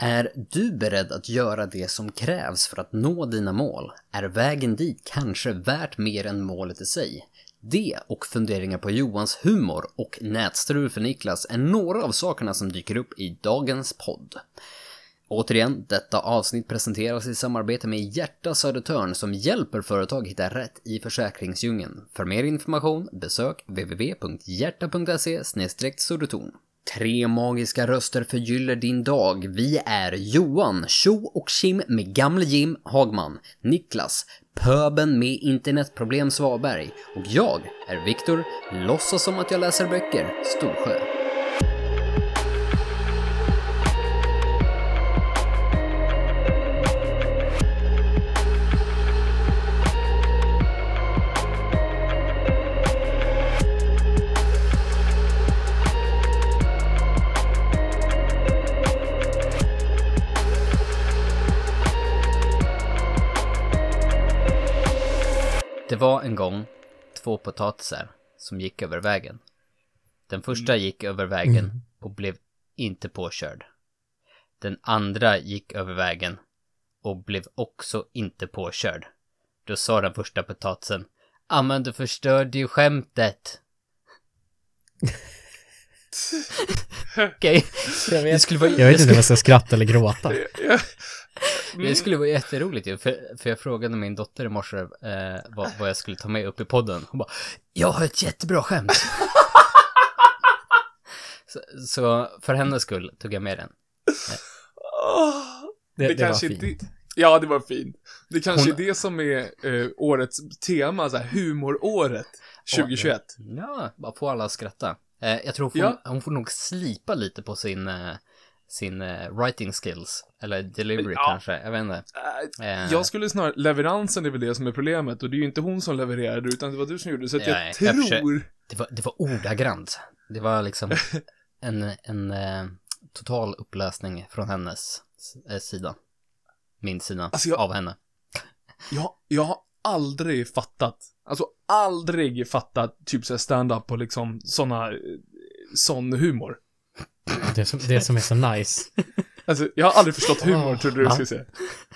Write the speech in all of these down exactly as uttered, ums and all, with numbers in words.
Är du beredd att göra det som krävs för att nå dina mål? Är vägen dit kanske värt mer än målet i sig? Det och funderingar på Johans humor och nätstrul för Niklas är några av sakerna som dyker upp i dagens podd. Återigen, detta avsnitt presenteras i samarbete med Hjärta Södertörn som hjälper företag hitta rätt i försäkringsdjungeln. För mer information besök w w w punkt hjärta punkt se slash södertorn. Tre magiska röster förgyller din dag. Vi är Johan, Tjo och Kim med gamle Jim Hagman, Niklas, pöben med internetproblem Svaberg och jag är Viktor, låtsas som att jag läser böcker, Storsjö. Det var en gång två potatisar som gick över vägen. Den första gick över vägen och blev inte påkörd. Den andra gick över vägen och blev också inte påkörd. Då sa den första potatisen: "Ah, men du förstörde ju skämtet." Okej. Jag vet, skulle vara, jag vet inte om jag ska skratta eller gråta. Mm. Det skulle vara jätteroligt ju, för, för jag frågade min dotter i morse eh, vad, vad jag skulle ta med upp i podden. Hon bara, jag har ett jättebra skämt. så, så för hennes skull tog jag med den. Oh, det, det, det kanske var fint. Det, ja, det var fint. Det kanske Hon... är det som är eh, årets tema, så här, humoråret tjugohundratjugoett. Oh, ja, bara få alla att skratta. Eh, jag tror hon, ja. hon får nog slipa lite på sin... Eh, sin uh, writing skills eller delivery ja. kanske, jag vet inte. Uh, jag skulle snarare, leveransen är väl det som är problemet och det är ju inte hon som levererade utan det var du som gjorde, så att ja, jag tror... Jag det, var, det var ordagrant. Det var liksom en, en uh, total uppläsning från hennes uh, sida. Min sida alltså jag, av henne. Jag, jag har aldrig fattat, alltså aldrig fattat typ så stand-up och liksom såna, sån humor. Det som, det som är så nice. Alltså, jag har aldrig förstått humor, oh, trodde du ja. skulle säga.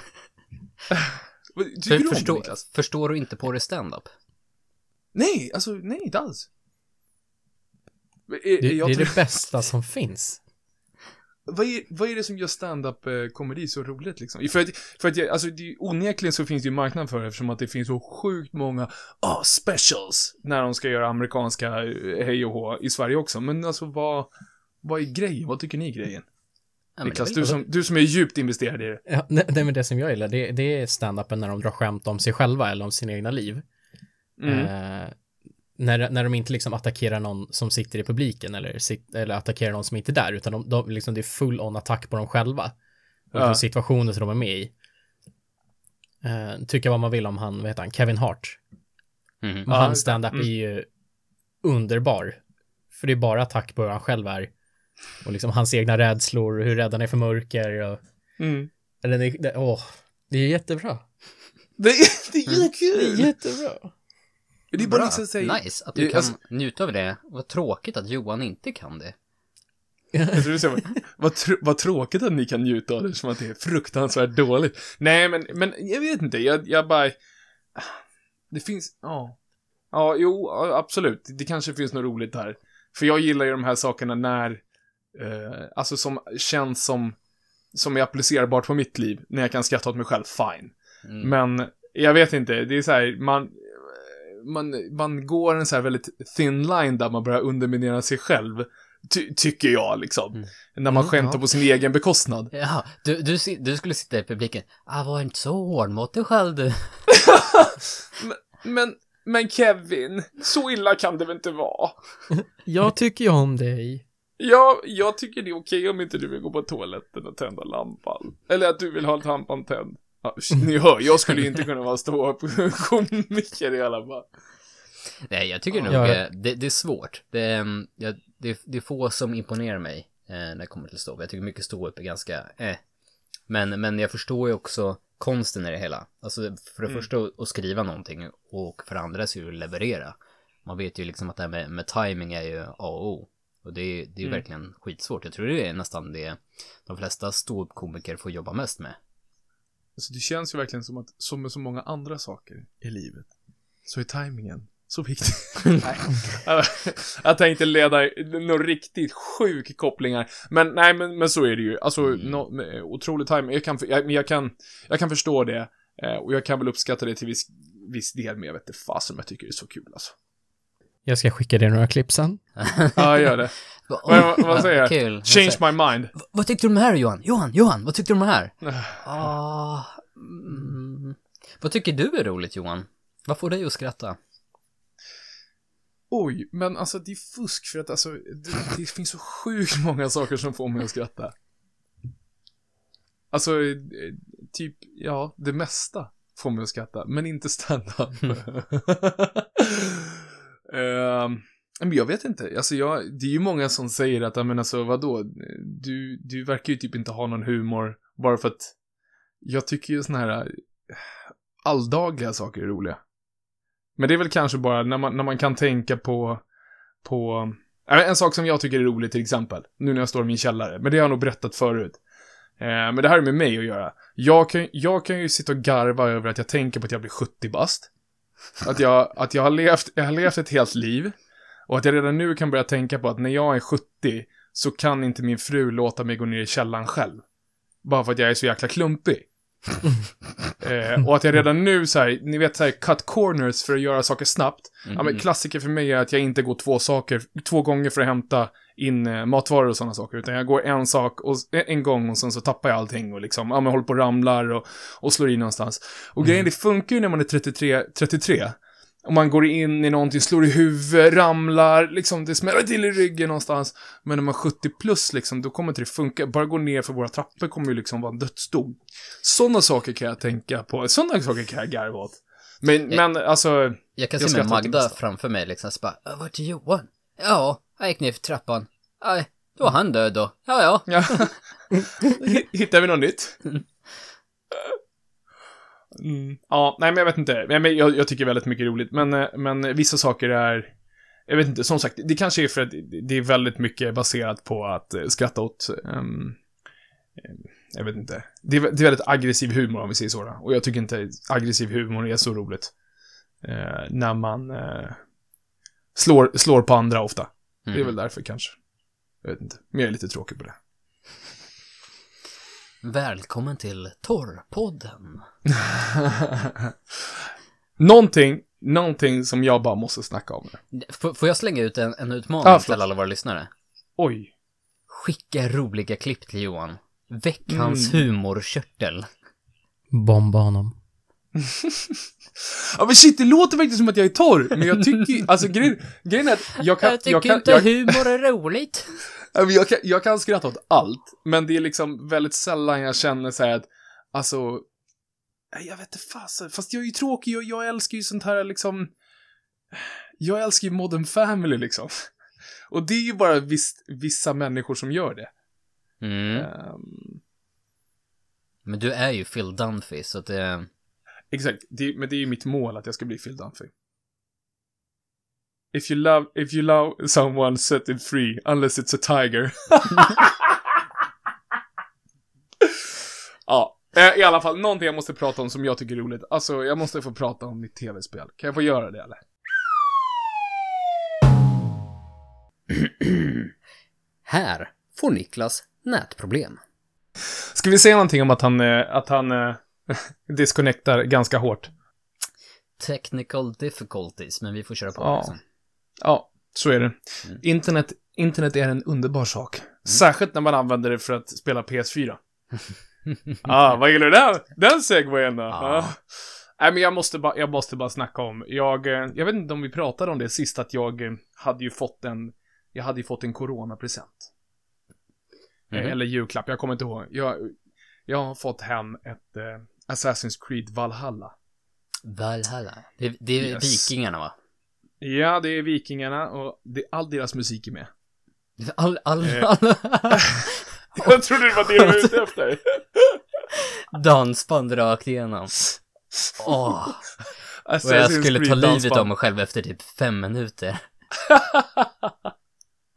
För, du förstår, det, förstår du inte på det stand-up? Nej, alltså, nej, inte alls. Det, det är tror... det bästa som finns. Vad är, vad är det som gör stand-up-komedi så roligt liksom? För att, för att jag, alltså, det, onekligen så finns det ju marknad för det, eftersom att det finns så sjukt många oh, specials när de ska göra amerikanska hej och hå i Sverige också. Men alltså, vad... Vad är grejen? Vad tycker ni är grejen? Ja, Niklas, du som, du som är djupt investerad i det. Ja, nej, men det som jag gillar, det, det är stand-upen när de drar skämt om sig själva eller om sina egna liv. Mm. Eh, när, när de inte liksom attackerar någon som sitter i publiken eller, sit, eller attackerar någon som inte är där, utan de, de, liksom, det är full on attack på dem själva. Och ja. situationer som de är med i. Eh, tycker vad man vill om han, vad heter han? Kevin Hart. Mm. Men ja, hans stand-up mm. är ju underbar. För det är bara attack på hur han själv är. Och liksom hans egna rädslor, hur rädd han är för mörker. Och, mm. eller det, det, åh, det är jättebra. Det är, det är jättekul. Det är jättebra. Det är bara liksom säga, nice att du kan alltså, njuta av det. Vad tråkigt att Johan inte kan det. Jag tror du säger, vad, tr- vad tråkigt att ni kan njuta av det, som att det är fruktansvärt dåligt. Nej, men, men jag vet inte. Jag, jag bara... Det finns... Ja, ja jo, absolut. Det kanske finns något roligt där. För jag gillar ju de här sakerna när... Eh, alltså som känns som... Som är applicerbart på mitt liv. När jag kan skratta åt mig själv, fine. Mm. Men jag vet inte. Det är så här... Man... Man, man går en så här väldigt thin line där man börjar underminera sig själv, ty- tycker jag liksom. Mm. När man skämtar mm, ja. på sin egen bekostnad. Ja, du, du, du skulle sitta i publiken. Ah, var inte så hård mot dig själv du. men, men, men Kevin, så illa kan det väl inte vara? Jag tycker ju om dig. Ja, jag tycker det är okej om inte du vill gå på toaletten och tända lampan. Eller att du vill ha lampan tänd. Ja, ni hör, jag skulle ju inte kunna vara stå upp komiker i alla fall. Nej, jag tycker nog ja. det, det är svårt. Det, ja, det, det är få som imponerar mig eh, när det kommer till stå. Jag tycker mycket stå upp är ganska eh. men, men jag förstår ju också konsten i det hela. Alltså för det mm. första att skriva någonting, och för det andra så är det att leverera. Man vet ju liksom att det här med, med timing är ju A och O. Och det är, det är Mm. verkligen skitsvårt. Jag tror det är nästan det de flesta ståuppkomiker får jobba mest med. Alltså det känns ju verkligen som att, som med så många andra saker i livet, så är tajmingen så viktig. Nej. Jag tänkte leda några riktigt sjuk kopplingar. Men nej, men, men så är det ju. Alltså, Mm. no, otrolig timing. Jag kan, jag, jag, kan, jag kan förstå det. Eh, och jag kan väl uppskatta det till viss, viss del. Men jag vet inte fasen, jag tycker det är så kul alltså. Jag ska skicka dig några klipp sen. Ja, gör det. Va- vad, vad, vad säger jag? Kul. Change Vad my mind. Va- vad tyckte du om det här, Johan? Johan, Johan, vad tyckte du om det här? Ah, mm. Vad tycker du är roligt, Johan? Vad får dig att skratta? Oj, men alltså det är fusk för att alltså det, det finns så sjukt många saker som får mig att skratta. Alltså eh, typ, ja, det mesta får mig att skratta, men inte stand-up. um, men jag vet inte, alltså jag, det är ju många som säger att, men alltså vadå, du, du verkar ju typ inte ha någon humor bara för att jag tycker ju såna här alldagliga saker är roliga. Men det är väl kanske bara när man, när man kan tänka på, på en sak som jag tycker är rolig till exempel, nu när jag står i min källare, men det har jag nog berättat förut. Eh, men det här är med mig att göra. Jag kan, jag kan ju sitta och garva över att jag tänker på att jag blir sjuttio bast. Att jag, att jag har levt, jag har levt ett helt liv. Och att jag redan nu kan börja tänka på att när jag är sjuttio så kan inte min fru låta mig gå ner i källaren själv. Bara för att jag är så jäkla klumpig. eh, och att jag redan nu så här, ni vet så här, cut corners för att göra saker snabbt. Mm. Ja, men klassiker för mig är att jag inte går två saker två gånger för att hämta in eh, matvaror och sådana saker, utan jag går en sak och, en gång och sen så tappar jag allting och liksom, ja men håller på och ramlar och, och slår in någonstans. Och mm. grejen, det funkar ju när man är trettiotre, trettiotre. Om man går in i någonting, slår i huvudet, ramlar, liksom det smäller till i ryggen någonstans. Men när man är sjuttio plus liksom, då kommer inte det funka. Bara gå ner för våra trappor kommer ju liksom vara en dödsdom. Sådana saker kan jag tänka på. Sådana saker kan jag garva åt. Men, jag, men alltså... Jag kan se med Magda framför mig liksom, så bara, vart är Johan? Ja, jag gick ner för trappan. Nej, då var han död då. Ja, ja. ja. Hittar vi något nytt? Mm. Ja, nej men jag vet inte. Men jag, jag tycker väldigt mycket roligt. Men, men vissa saker är... Jag vet inte, som sagt, det kanske är för att det är väldigt mycket baserat på att skratta åt... Um, jag vet inte. Det är, det är väldigt aggressiv humor om vi säger så. Då. Och jag tycker inte aggressiv humor är så roligt. Uh, när man uh, slår, slår på andra ofta. Mm. Det är väl därför kanske. Jag vet inte. Men jag är lite tråkig på det. Välkommen till Torrpodden. någonting, någonting som jag bara måste snacka om. F- får jag slänga ut en, en utmaning ah, till alla våra lyssnare? Oj. Skicka roliga klipp till Johan. Väck hans mm. humorkörtel. Bomba honom. Ja men shit, det låter verkligen som att jag är torr. Men jag tycker, alltså grejen, grejen är att jag kan... Jag tycker jag kan, inte jag, humor är roligt. Jag kan, jag kan skratta åt allt. Men det är liksom väldigt sällan jag känner så här att, alltså... Jag vet inte fasen. Fast jag är ju tråkig och jag älskar ju sånt här liksom... Jag älskar ju Modern Family liksom. Och det är ju bara viss, vissa människor som gör det. Mm. Um, men du är ju Phil Dunphy, så att det... Exakt, det, men det är ju mitt mål att jag ska bli Phil Dunphy. If you love, if you love someone, set it free, unless it's a tiger. Ja, i alla fall, någonting jag måste prata om som jag tycker är roligt. Alltså, jag måste få prata om mitt tv-spel. Kan jag få göra det, eller? Här får Niklas nätproblem. Ska vi säga någonting om att han, att han disconnectar ganska hårt? Technical difficulties, men vi får köra på. Ja, liksom. Ja, så är det. Mm. Internet, internet är en underbar sak. Mm. Särskilt när man använder det för att spela P S fyra. ah, vad gillar du den? Den segwayen då? Ah. Ah. Nej, men jag måste, ba, jag måste bara snacka om. Jag, jag vet inte om vi pratade om det sist, att jag hade ju fått en, jag hade ju fått en coronapresent. Mm. Eller julklapp, jag kommer inte ihåg. Jag, jag har fått hem ett eh, Assassin's Creed Valhalla. Valhalla. Det, det är yes. Vikingarna, va? Ja, det är vikingarna och det är all deras musik är med. All, all, eh. all. Jag trodde det var det du var ute efter. Dansband rakt igenom. Åh. Och jag skulle ta livet av mig själv efter typ fem minuter.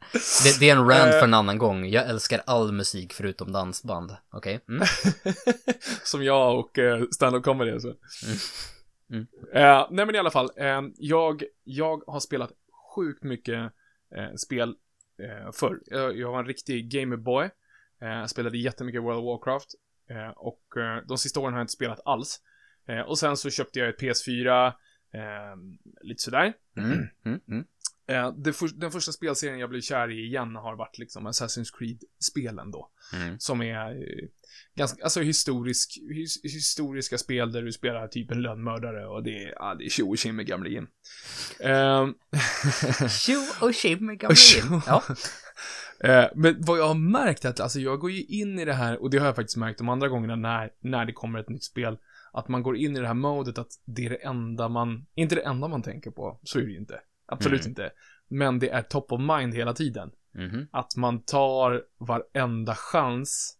det, det är en rant för en annan gång. Jag älskar all musik förutom dansband. Okej. Okay. Mm. Som jag och uh, stand-up comedy alltså. Mm. Mm. Uh, nej men i alla fall, uh, jag, jag har spelat sjukt mycket uh, spel uh, förr. Jag, jag var en riktig gamerboy. Uh, jag spelade jättemycket World of Warcraft. Uh, och uh, de sista åren har jag inte spelat alls. Uh, och sen så köpte jag ett P S fyra. Uh, lite sådär. Mm. Mm. Mm. Uh, det för, den första spelserien jag blev kär i igen har varit liksom Assassin's Creed-spelen då. Mm. Som är uh, ganska, alltså historisk, his, historiska spel där du spelar typ en lönnmördare och det är, ja, det är tjo och tjim med gamlingen. Uh, tjo och tjim med gamlingen. Ja. Uh, men vad jag har märkt är att alltså, jag går ju in i det här, och det har jag faktiskt märkt de andra gångerna när, när det kommer ett nytt spel, att man går in i det här modet att det är det enda man, inte det enda man tänker på, så är det ju inte, absolut mm. inte, men det är top of mind hela tiden. Mm-hmm. Att man tar varenda chans,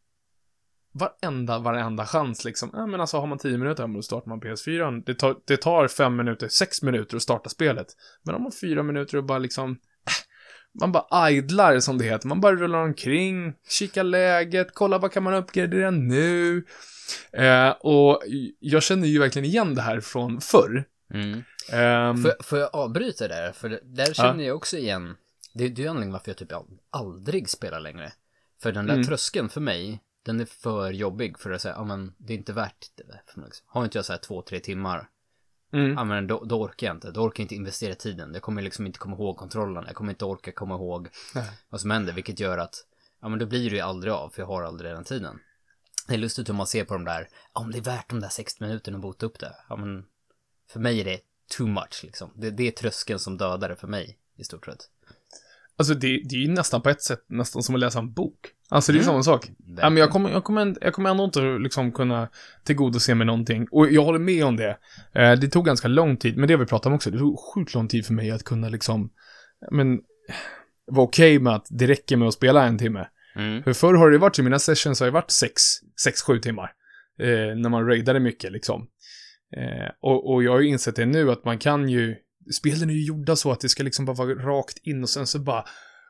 varenda, varenda chans liksom, ja men alltså har man tio minuter, då startar man P S fyra, det tar, det tar fem minuter, sex minuter att starta spelet, men om man fyra minuter och bara liksom man bara idlar som det heter. Man bara rullar omkring, kika läget, kolla vad kan man uppgradera nu. Eh, och jag känner ju verkligen igen det här från förr. Mm. Um, får, får jag avbryta där? För där känner ja. jag också igen. Det, det är ju anledningen varför jag typ aldrig spelar längre. För den där mm. tröskeln för mig, den är för jobbig för att säga, ja men det är inte värt det för mig. Har inte jag så här två, tre timmar. Mm. Ja, men då, då orkar jag inte. Då orkar jag inte investera tiden. Jag kommer liksom inte komma ihåg kontrollen. Jag kommer inte orka komma ihåg Nej. vad som händer. Vilket gör att, ja men då blir det ju aldrig av. För jag har aldrig den tiden. Det är lustigt hur man ser på de där, om det är värt de där sextio minuterna att bota upp det. Ja men, för mig är det too much liksom. Det, det är tröskeln som dödar det för mig, i stort sett. Alltså det, det är ju nästan på ett sätt nästan som att läsa en bok. Alltså det är mm. samma sak. Ja, men jag kommer, jag, kommer, jag kommer ändå inte liksom kunna tillgodose med någonting. Och jag håller med om det. Eh, det tog ganska lång tid, men det har vi pratat om också. Det tog sjukt lång tid för mig att kunna liksom, men, vara okej okay med att det räcker med att spela en timme. Mm. För förr har det varit, i mina sessions har det varit sex, sex, sju timmar. Eh, när man raidade mycket liksom. Eh, och, och jag har ju insett det nu att man kan ju, spelen är ju gjorda så att det ska liksom bara vara rakt in och sen så bara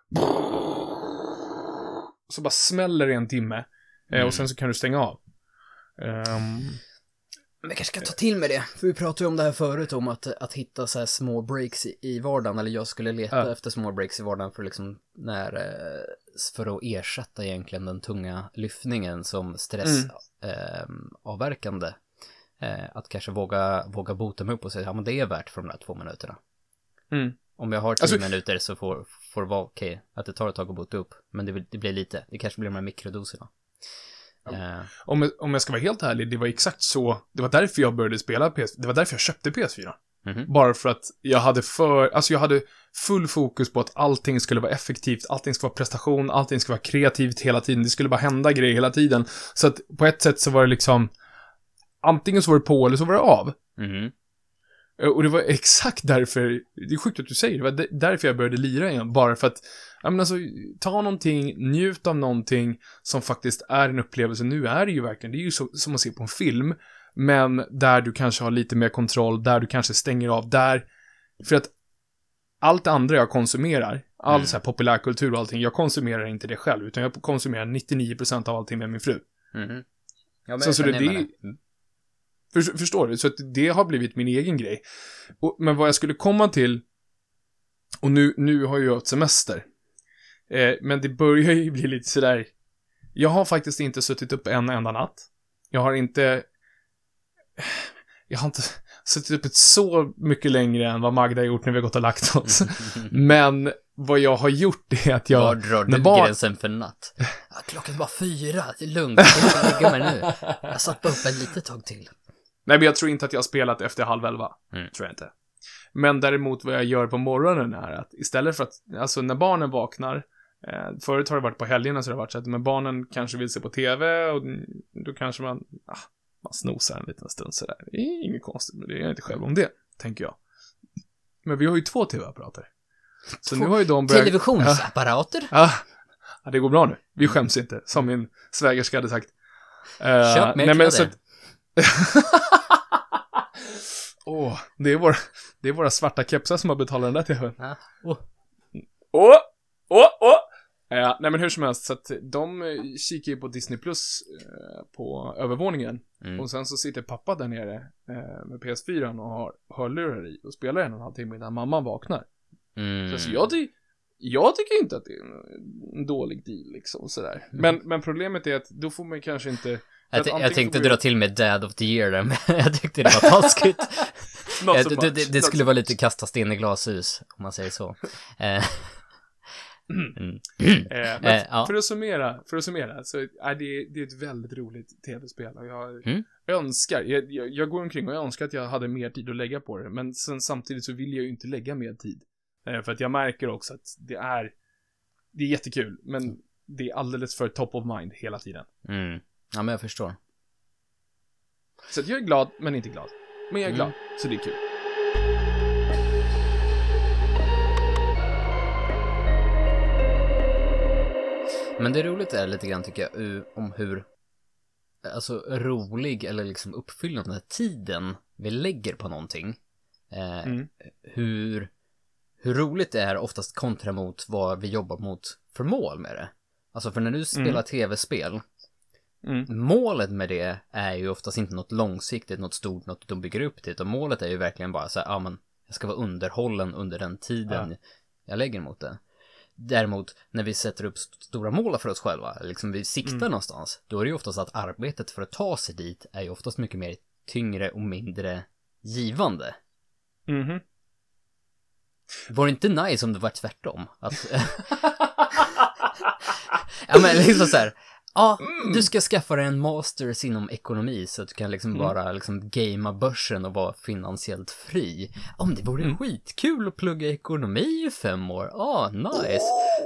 så bara smäller det en timme mm. eh, och sen så kan du stänga av. Um, Men jag kanske ska ta till med det, för vi pratade ju om det här förut, om att, att hitta så här små breaks i, i vardagen, eller jag skulle leta ja. efter små breaks i vardagen för liksom när, för att ersätta egentligen den tunga lyftningen som stressavverkande. Mm. Eh, eh, att kanske våga, våga bota mig upp och säga, ja men det är värt för de där två minuterna. Mm. Om jag har tio alltså, minuter så får, får det vara okej okay, att det tar ett tag att bota upp. Men det, det blir lite, det kanske blir de här mikrodoserna. Ja. Uh. Om, om jag ska vara helt ärlig, det var exakt så, det var därför jag började spela P S, det var därför jag köpte P S fyra. Mm-hmm. Bara för att jag hade för, alltså jag hade full fokus på att allting skulle vara effektivt, allting skulle vara prestation, allting skulle vara kreativt hela tiden, det skulle bara hända grejer hela tiden. Så att på ett sätt så var det liksom, antingen så var det på eller så var det av. Mhm. Och det var exakt därför, det är sjukt att du säger, det var därför jag började lira igen. Bara för att, jag menar alltså, ta någonting, njut av någonting som faktiskt är en upplevelse. Nu är det ju verkligen, det är ju så, som att se på en film, men där du kanske har lite mer kontroll, där du kanske stänger av, där, för att allt det andra jag konsumerar, all mm. så här populärkultur och allting, jag konsumerar inte det själv, utan jag konsumerar nittionio procent av allting med min fru. Mm. Ja, men så, så det, det är För, förstår du? Så att det har blivit min egen grej. Och, men vad jag skulle komma till, och nu, nu har jag ett semester, eh, men det börjar ju bli lite sådär, jag har faktiskt inte suttit upp en enda natt. Jag har inte jag har inte suttit upp ett så mycket längre än vad Magda har gjort när vi har gått och lagt oss. Men vad jag har gjort är att jag... Var drar du barn... gränsen för natt? Ja, klockan var fyra, det är lugnt, jag kan inte lägga mig nu. Jag satt bara upp ett litet tag till. Nej, men jag tror inte att jag har spelat efter halv elva. Mm. Tror jag inte. Men däremot vad jag gör på morgonen är att istället för att, alltså när barnen vaknar, eh, förut har det varit på helgerna så det har varit så att men barnen kanske vill se på tv och då kanske man, ah, man snosar en liten stund sådär. Det är inget konstigt, men det är inte själv om det, tänker jag. Men vi har ju två tv-apparater. Så två nu har ju de börjat... Televisionsapparater? Ja, ja, det går bra nu. Vi skäms inte, som min svägerska hade sagt. Uh, Köp mer nej, men så att... Åh, oh, det är våra det är våra svarta kepsar som har betalat den där tvn. Ah. Åh. Åh, åh, åh! Ja, nej men hur som helst, så att de kikar ju på Disney Plus eh, på övervåningen. Mm. Och sen så sitter pappa där nere eh, med P S fyra och har hörlurar i och spelar en och en halv timme innan mamman vaknar. Mm. Så alltså, jag, ty- jag tycker inte att det är en, en dålig deal liksom sådär. Mm. Men, men problemet är att då får man kanske inte... Jag, t- jag tänkte dra till med Dad of the Year där, men jag tyckte det var taskigt. det, det, det, det skulle vara lite kasta sten i glashus, om man säger så. Mm. Mm. eh, men eh, ja. för, att summera, för att summera så är det, det är ett väldigt roligt tv-spel och jag mm. önskar jag, jag, jag går omkring och jag önskar att jag hade mer tid att lägga på det, men sen samtidigt så vill jag ju inte lägga mer tid eh, för att jag märker också att det är det är jättekul, men det är alldeles för top of mind hela tiden. Mm. Ja, men jag förstår. Så att jag är glad, men inte glad. Men jag är mm. glad, så det är kul. Men det roliga är lite grann tycker jag om hur alltså rolig eller liksom uppfyllande tiden vi lägger på någonting. Eh, mm. hur, hur roligt det är oftast kontra mot vad vi jobbar mot för mål med det. Alltså för när du spelar mm. tv-spel mm. målet med det är ju oftast inte något långsiktigt, något stort, något de bygger upp till. Utan målet är ju verkligen bara så här, ja men jag ska vara underhållen under den tiden ja. jag lägger mot det. Däremot, när vi sätter upp stora mål för oss själva, liksom vi siktar mm. någonstans, då är det ju oftast att arbetet för att ta sig dit är ju oftast mycket mer tyngre och mindre givande. Mhm. Var det inte nice om det var tvärtom? Att ja, men liksom så här, ja, mm. du ska skaffa dig en masters inom ekonomi så att du kan liksom mm. bara liksom gamea börsen och vara finansiellt fri. Om det vore mm. skitkul att plugga ekonomi i fem år. Ah, nice.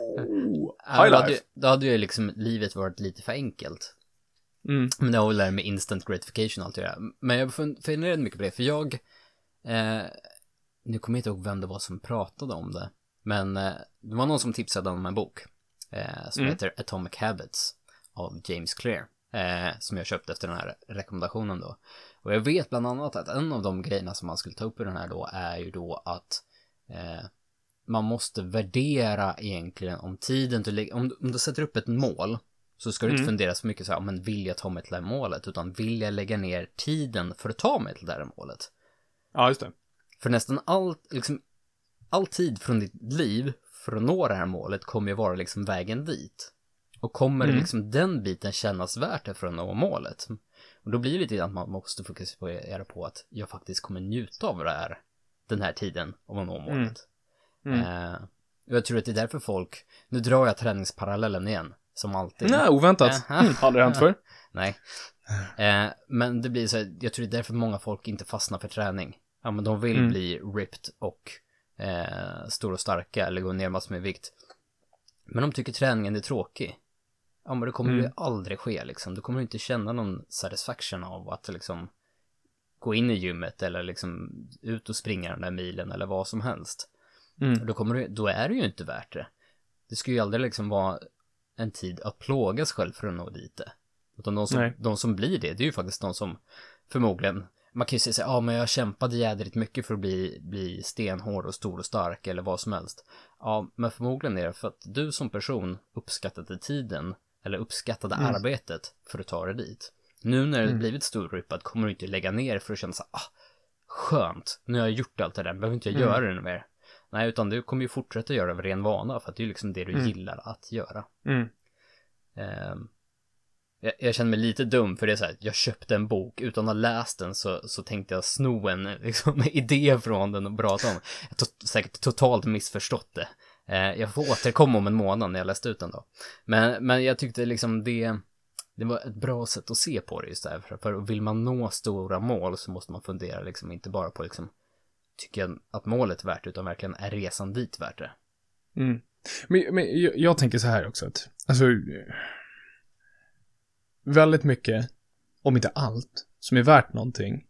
Oh, ja, då, hade, då hade ju liksom livet varit lite för enkelt. Mm. Men det har väl det med instant gratification och allt det där. Men jag funderade mycket på det, för jag eh, nu kommer jag inte ihåg vem det var som pratade om det. Men eh, det var någon som tipsade om en bok eh, som mm. heter Atomic Habits av James Clear, eh, som jag köpte efter den här rekommendationen då. Och jag vet bland annat att en av de grejerna som man skulle ta upp i den här då är ju då att eh, man måste värdera egentligen om tiden du lägger, om, om du sätter upp ett mål så ska du mm. inte fundera så mycket så här, men vill jag ta mig till det här målet, utan vill jag lägga ner tiden för att ta mig till det här målet. Ja, just det. För nästan allt, liksom all tid från ditt liv för att nå det här målet kommer ju vara liksom vägen dit. Och kommer mm. liksom den biten kännas värt det för att nå målet. Och då blir det lite att man måste fokusera på att jag faktiskt kommer njuta av det här, den här tiden om att nå målet. Mm. Mm. Eh, och jag tror att det är därför folk, nu drar jag träningsparallellen igen, som alltid. Nej, oväntat. Mm. Har det hänt för? Nej. Eh, men det blir så här, jag tror det är därför många folk inte fastnar för träning. Ja, men de vill mm. bli ripped och eh, stora och starka eller gå ner massor med vikt. Men de tycker träningen är tråkig. Ja, men det kommer mm. ju aldrig ske liksom. Du kommer inte känna någon satisfaction av att liksom gå in i gymmet eller liksom ut och springa den där milen eller vad som helst. Mm. Då, kommer du, då är det ju inte värt det. Det ska ju aldrig liksom vara en tid att plågas själv för att nå dit det. Utan de som, de som blir det, det är ju faktiskt de som förmodligen, man kan ju säga så ja men jag kämpade jädrigt mycket för att bli, bli stenhård och stor och stark eller vad som helst. Ja, men förmodligen är det för att du som person uppskattade tiden eller uppskattade mm. arbetet för att ta dig dit. Nu när mm. du blivit storrippad kommer du inte lägga ner för att känna så ah, skönt, nu har jag gjort allt det där, behöver inte jag mm. göra det mer. Nej, utan du kommer ju fortsätta göra av ren vana för att det är liksom det du mm. gillar att göra. Mm. Um, jag, jag känner mig lite dum för det är så här, jag köpte en bok utan att ha läst den så, så tänkte jag sno en liksom, idé från den och prata om. Jag har säkert totalt missförstått det. Uh, jag får återkomma om en månad när jag läst ut den då. Men, men jag tyckte liksom det, det var ett bra sätt att se på det just där. För, för vill man nå stora mål så måste man fundera liksom inte bara på liksom tycker jag att målet är värt utan verkligen är resan dit värt det. Mm. Men, men jag, jag tänker så här också att alltså väldigt mycket, om inte allt som är värt någonting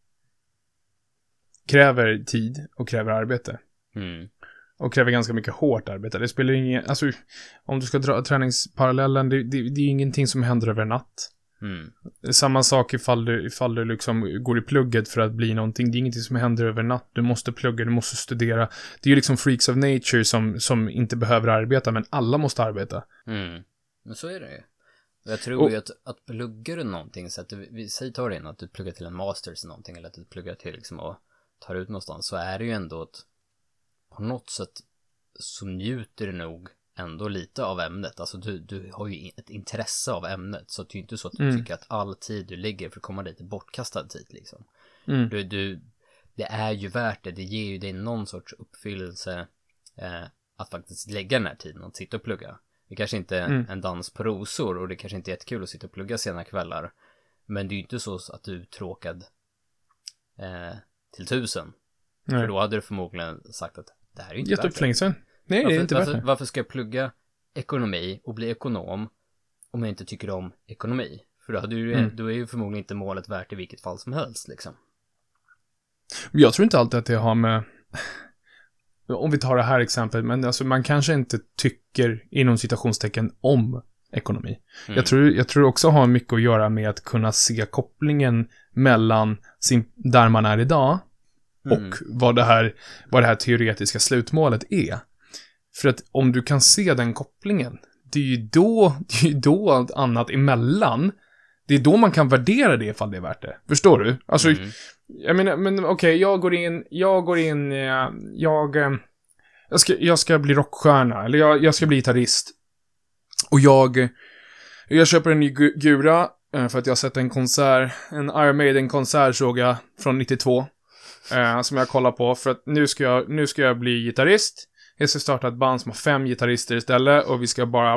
kräver tid och kräver arbete. Mm. Och kräver ganska mycket hårt arbete. Det spelar ingen, alltså om du ska dra träningsparallellen, det, det, det är ju ingenting som händer över en natt. Mm. Samma sak ifall du, ifall du liksom går i plugget för att bli någonting. Det är ingenting som händer över natt. Du måste plugga, du måste studera. Det är ju liksom freaks of nature som, som inte behöver arbeta, men alla måste arbeta. Mm. Men så är det ju. Jag tror Och, ju att, att pluggar du någonting, så att du, vi säger tar in att du pluggar till en masters eller någonting, eller att du pluggar till liksom och tar ut någonstans, så är det ju ändå att på något sätt så njuter du nog ändå lite av ämnet. Alltså du, du har ju ett intresse av ämnet, så att det är inte så att du mm. tycker att all tid du lägger för att komma dit är bortkastad tid liksom. Mm. Du, du, det är ju värt det, det ger ju dig någon sorts uppfyllelse eh, att faktiskt lägga den här tiden att sitta och plugga. Det kanske inte är mm. en dans på rosor, och det kanske inte är jättekul att sitta och plugga sena kvällar, men det är ju inte så att du är tråkad eh, till tusen. Nej. För då hade du förmodligen sagt att det här är ju inte Gett upp värt för länge det. sedan. Nej, Varför, det är inte varför, värt det. varför ska jag plugga ekonomi och bli ekonom om jag inte tycker om ekonomi? För då, hade ju, Mm. då är ju förmodligen inte målet värt i vilket fall som helst liksom. Jag tror inte alltid att det har med... Om vi tar det här exemplet, men alltså man kanske inte tycker inom citationstecken om ekonomi. Mm. Jag, tror, jag tror också har mycket att göra med att kunna se kopplingen mellan sin, där man är idag och Mm. vad, det här, vad det här teoretiska slutmålet är. För att om du kan se den kopplingen, det är ju då, det är ju då allt annat emellan. Det är då man kan värdera det ifall det är värt det. Förstår du? Alltså, Mm. jag menar, men okej, okay, jag går in, jag går in, eh, jag, eh, jag ska, jag ska bli rockstjärna, eller jag, jag ska bli gitarrist. Och jag, jag köper en ny gu- gura, eh, för att jag har sett en konsert, en Iron Maiden-konsert såg jag från nittiotvå, eh, som jag kollar på, för att nu ska jag, nu ska jag bli gitarrist. Jag ska starta ett band som har fem gitarrister istället, och vi ska bara,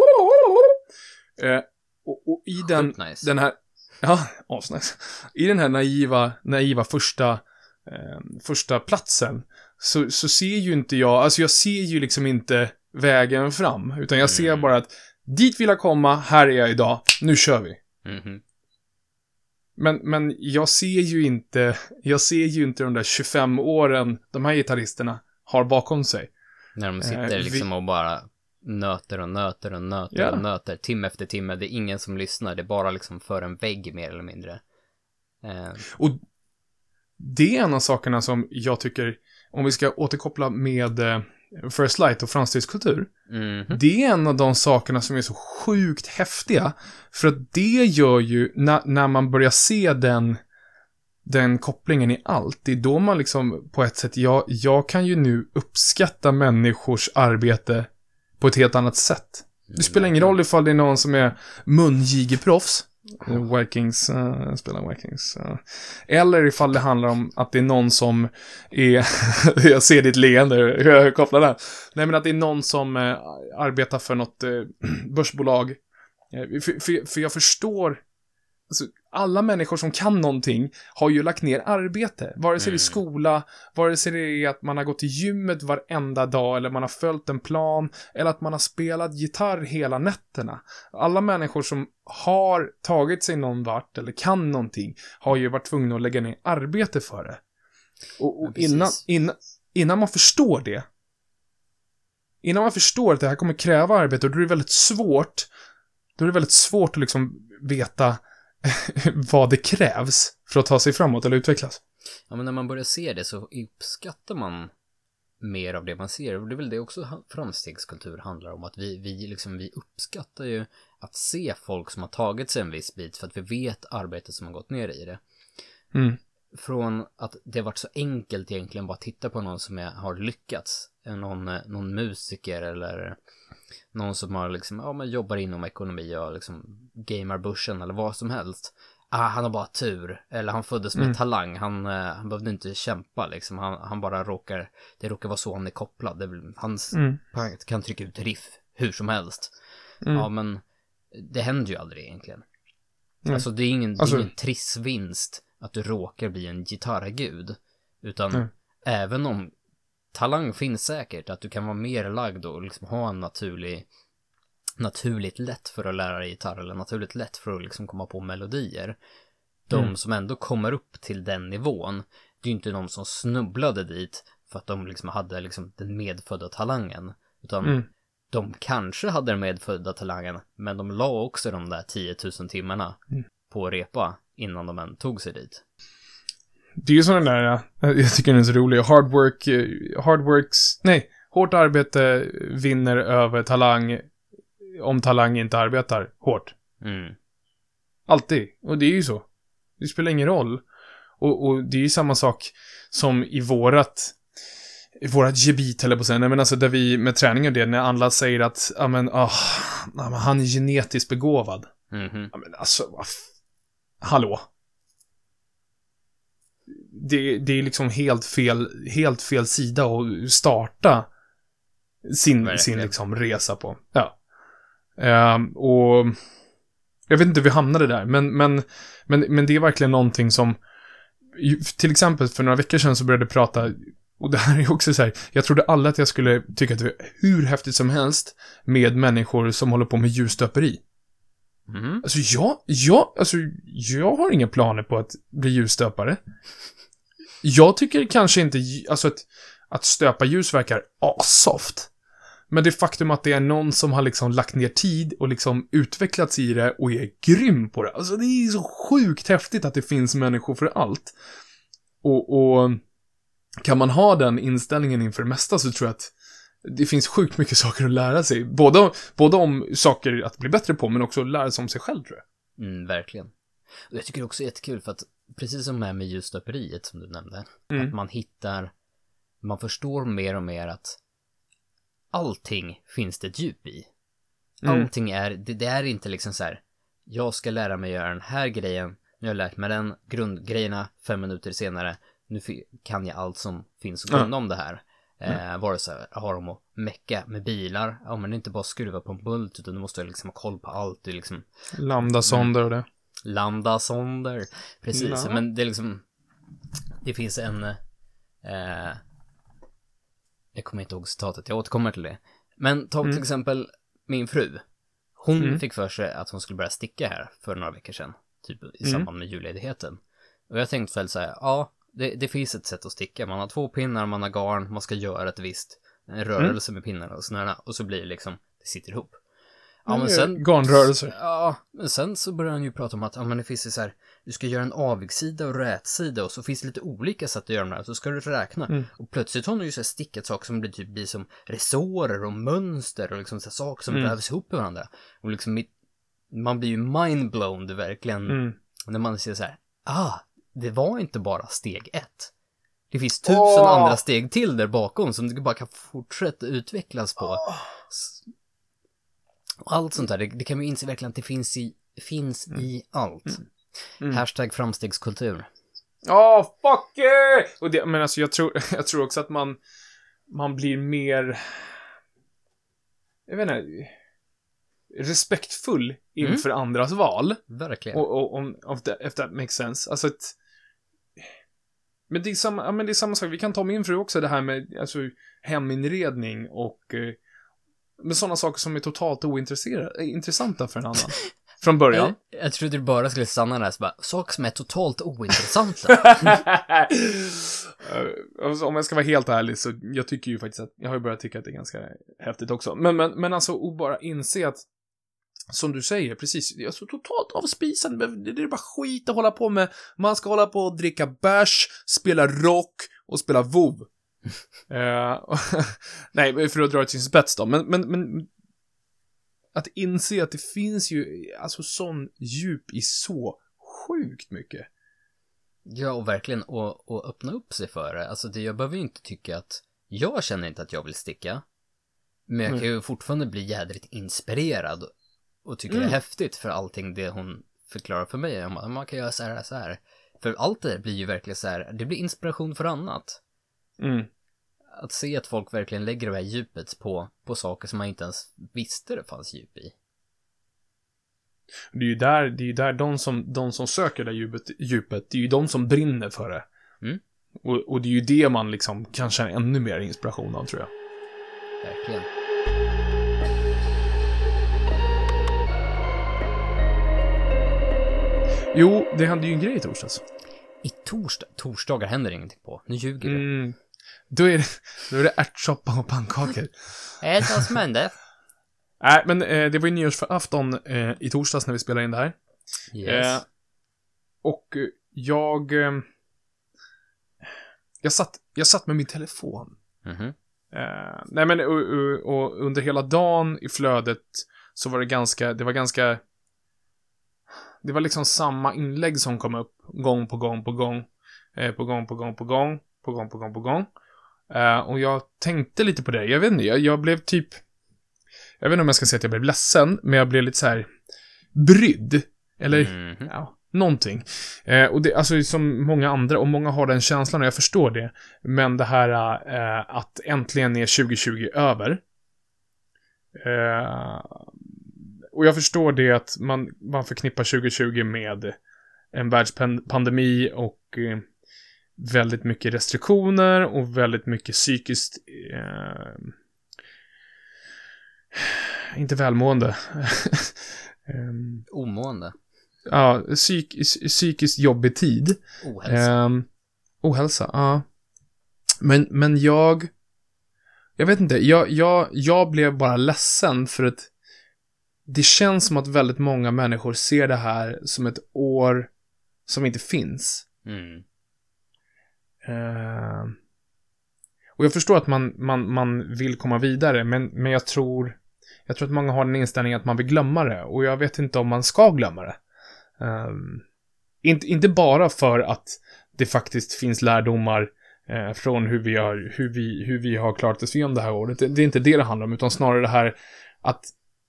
eh, och, och i den, nice. den här, ja, asnice. I den här naiva, naiva första, eh, första platsen, så, så ser ju inte jag, alltså jag ser ju liksom inte vägen fram, utan jag ser Mm. bara att dit vill jag komma, här är jag idag, nu kör vi. Mhm. Men, men jag ser ju inte, jag ser ju inte de där tjugofem åren de här gitarristerna har bakom sig. När de sitter Eh, vi- liksom och bara nöter och nöter och nöter Ja. och nöter timme efter timme. Det är ingen som lyssnar, det är bara liksom för en vägg mer eller mindre. Eh, Och det är en av sakerna som jag tycker, om vi ska återkoppla med eh, First Light och framstegskultur, mhm. det är en av de sakerna som är så sjukt häftiga, för att det gör ju, na- när man börjar se den, den kopplingen i allt, det är då man liksom på ett sätt, jag, jag kan ju nu uppskatta människors arbete på ett helt annat sätt. Det spelar ingen roll ifall det är någon som är mungigeproffs, uh, Vikings, uh, spelar Vikings, uh. eller ifall det handlar om att det är någon som är, jag ser ditt leende, hur jag kopplar där. Nej, men att det är någon som uh, arbetar för något uh, börsbolag. Uh, för, för, för jag förstår, alltså, alla människor som kan någonting har ju lagt ner arbete. Vare sig det är skola, vare sig det är att man har gått till gymmet varenda dag, eller man har följt en plan, eller att man har spelat gitarr hela nätterna. Alla människor som har tagit sig någon vart eller kan någonting har ju varit tvungna att lägga ner arbete för det. Och, och Ja, precis. innan, innan, innan man förstår det, innan man förstår att det här kommer kräva arbete, och då är det väldigt svårt, då är det väldigt svårt att liksom veta vad det krävs för att ta sig framåt eller utvecklas. Ja, men när man börjar se det så uppskattar man mer av det man ser. Och det är väl det också ha- framstegskultur handlar om. Att vi, vi, liksom, vi uppskattar ju att se folk som har tagit sig en viss bit, för att vi vet arbetet som har gått ner i det. Mm. Från att det har varit så enkelt egentligen bara titta på någon som är, har lyckats. Någon, någon musiker eller någon som har liksom, ja, men jobbar inom ekonomi och liksom gamar börsen eller vad som helst. Ah, han har bara tur. Eller han föddes med Mm. talang. Han, eh, han behövde inte kämpa liksom. Han, han bara råkar, det råkar vara så han är kopplad. Det, blir- hans Mm. han kan trycka ut riff hur som helst. Mm. Ja, men det händer ju aldrig egentligen. Mm. Alltså det är ingen, Alltså- det är ingen trissvinst att du råkar bli en gitarrgud. Utan Mm. även om talang finns säkert, att du kan vara mer lagd och liksom ha en naturlig, naturligt lätt för att lära dig gitarr, eller naturligt lätt för att liksom komma på melodier. De Mm. som ändå kommer upp till den nivån, det är ju inte de som snubblade dit för att de liksom hade liksom den medfödda talangen. Utan Mm. de kanske hade den medfödda talangen, men de la också de där tio tusen timmarna mm. på repa innan de än tog sig dit. Det är ju sådana där, jag tycker den är så rolig, hard work, hard works, nej, hårt arbete vinner över talang om talang inte arbetar hårt. Mm. Alltid, och det är ju så. Det spelar ingen roll. Och, och det är ju samma sak som i vårat i vårat gebit, eller på sen, men alltså där vi med träning och det, när alla säger att ja men, oh, han är genetiskt begåvad. Mm-hmm. Ja, men alltså, vad f- hallå. Det, det är liksom helt fel, helt fel sida att starta sin, sin liksom resa på. Ja. Um, och jag vet inte hur vi hamnade där, men, men, men, men det är verkligen någonting som, till exempel för några veckor sedan så började jag prata, och det här är också så här, jag trodde alla att jag skulle tycka att det var hur häftigt som helst med människor som håller på med ljusstöperi. Mm. Alltså jag, jag, alltså jag har inga planer på att bli ljusstöpare. Jag tycker kanske inte, alltså att, att stöpa ljus verkar asoft. Men det faktum att det är någon som har liksom lagt ner tid och liksom utvecklats i det och är grym på det. Alltså det är så sjukt häftigt att det finns människor för allt. Och, och kan man ha den inställningen inför det mesta, så tror jag att det finns sjukt mycket saker att lära sig. Både, både om saker att bli bättre på, men också att lära sig om sig själv, tror jag. Mm, verkligen. Och jag tycker det också är jättekul för att precis som med med ljusstöperiet som du nämnde, Mm. att man hittar, man förstår mer och mer att allting finns det ett djup i. Mm. Allting är, det, det är inte liksom så här, jag ska lära mig göra den här grejen, nu har jag lärt mig den grundgrejerna fem minuter senare, nu fi- kan jag allt som finns att kunna Mm. om det här. Eh, vare sig har de att mecka med bilar, ja men det är inte bara skruva på en bult, utan du måste liksom ha koll på allt, du liksom Lambda-sonder och det. lambda-sonder, precis, Ja. men det är liksom, det finns en eh, jag kommer inte ihåg citatet, jag återkommer till det, men ta Mm. till exempel min fru, hon Mm. fick för sig att hon skulle börja sticka här för några veckor sedan, typ i Mm. samband med julledigheten, och jag tänkte väl säga, ja det, det finns ett sätt att sticka, man har två pinnar, man har garn, man ska göra ett visst en rörelse Mm. med pinnarna och snörena, och så blir det liksom, det sitter ihop. Ja, Ja, men sen, garnrörelser. ja, men sen så börjar han ju prata om att ja, men det finns det så här, du ska göra en avigsida och rätsida, och så finns det lite olika sätt att göra det här, så ska du räkna. Mm. Och plötsligt har hon ju så här stickat saker som blir typ blir som resårer och mönster och liksom så här saker som Mm. vävs ihop med varandra. Och liksom mitt, man blir ju mindblown verkligen Mm. när man ser så här, ah, det var inte bara steg ett. Det finns tusen Åh! andra steg till där bakom som du bara kan fortsätta utvecklas på. S- och allt sånt där, det, det kan vi inse verkligen att det finns i, finns Mm. i allt. Mm. Hashtag framstegskultur. Ja, oh, fuck it! Och det, men alltså jag tror, jag tror också att man man blir mer, jag vet inte, respektfull inför Mm. andras val. Verkligen. Och, och om if that, if that makes sense. Alltså ett, men det är samma, ja, men det är samma sak. Vi kan ta min fru också, det här med alltså heminredning och eh, med sådana saker som är totalt ointressanta för en annan. Från början. Jag, jag trodde du bara skulle stanna där så bara, saker som är totalt ointressanta. Uh, alltså, om jag ska vara helt ärlig så jag tycker ju faktiskt att jag har ju börjat tycka att det är ganska häftigt också. Men, men, men alltså att bara inse att som du säger, precis, det är så totalt avspisande. Det är bara skit att hålla på med. Man ska hålla på och dricka bärs, spela rock och spela WoW. uh, nej, för att dra det till sin spets då. Men, men, men att inse att det finns ju alltså sån djup i så sjukt mycket. Ja, och verkligen och, och öppna upp sig för det. Alltså det, jag behöver ju inte tycka att jag känner inte att jag vill sticka. Men jag Mm. kan ju fortfarande bli jädrigt inspirerad och tycker Mm. det är häftigt för allting det hon förklarar för mig. Man, man kan göra så här, så här. För allt det där blir ju verkligen så här, det blir inspiration för annat. Mm. Att se att folk verkligen lägger det här djupet på, på saker som man inte ens visste det fanns djup i. Det är ju där, det är ju där de som, de som söker det djupet, djupet, det är ju de som brinner för det. Mm. Och, och det är ju det man liksom kan känna ännu mer inspiration av, tror jag. Verkligen. Jo, det hände ju en grej i torsdags. I torsdag, torsdagar händer ingenting på. Nu ljuger du. Mm. Då är det, då är det ärtsoppa och pannkakor. Är det vad som hände? Nej, men eh, det var ju nyårsafton eh, i torsdags när vi spelade in det här. Yes. Eh, och jag... Eh, jag, satt, jag satt med min telefon. Mhm. Eh, nej men och, och, och under hela dagen i flödet så var det ganska, det var ganska, det var liksom samma inlägg som kom upp gång på gång på gång, eh, på gång på gång på gång, på gång på gång på gång. Eh, och jag tänkte lite på det, jag vet inte, jag, jag blev typ, jag vet inte om jag ska säga att jag blev ledsen, men jag blev lite så här brydd, eller Mhm. ja, någonting. Eh, och det, alltså som många andra, och många har den känslan, och jag förstår det. Men det här eh, att äntligen är tjugo tjugo över. Eh, och jag förstår det att man, man förknippar tjugo tjugo med en världspandemi och eh, väldigt mycket restriktioner och väldigt mycket psykiskt eh, inte välmående. um, Omående. Ja, psyk, psykiskt jobbig tid. Ohälsa. Um, ohälsa, ja. Men, men jag... Jag vet inte, jag, jag, jag blev bara ledsen för att det känns som att väldigt många människor ser det här som ett år som inte finns. Mm. Uh, och jag förstår att man, man, man vill komma vidare, men, men jag tror jag tror att många har den inställningen att man vill glömma det, och jag vet inte om man ska glömma det. Um, inte, inte bara för att det faktiskt finns lärdomar eh, från hur vi, har, hur, vi, hur vi har klarat oss igenom det här året. Det, det är inte det det handlar om, utan snarare det här att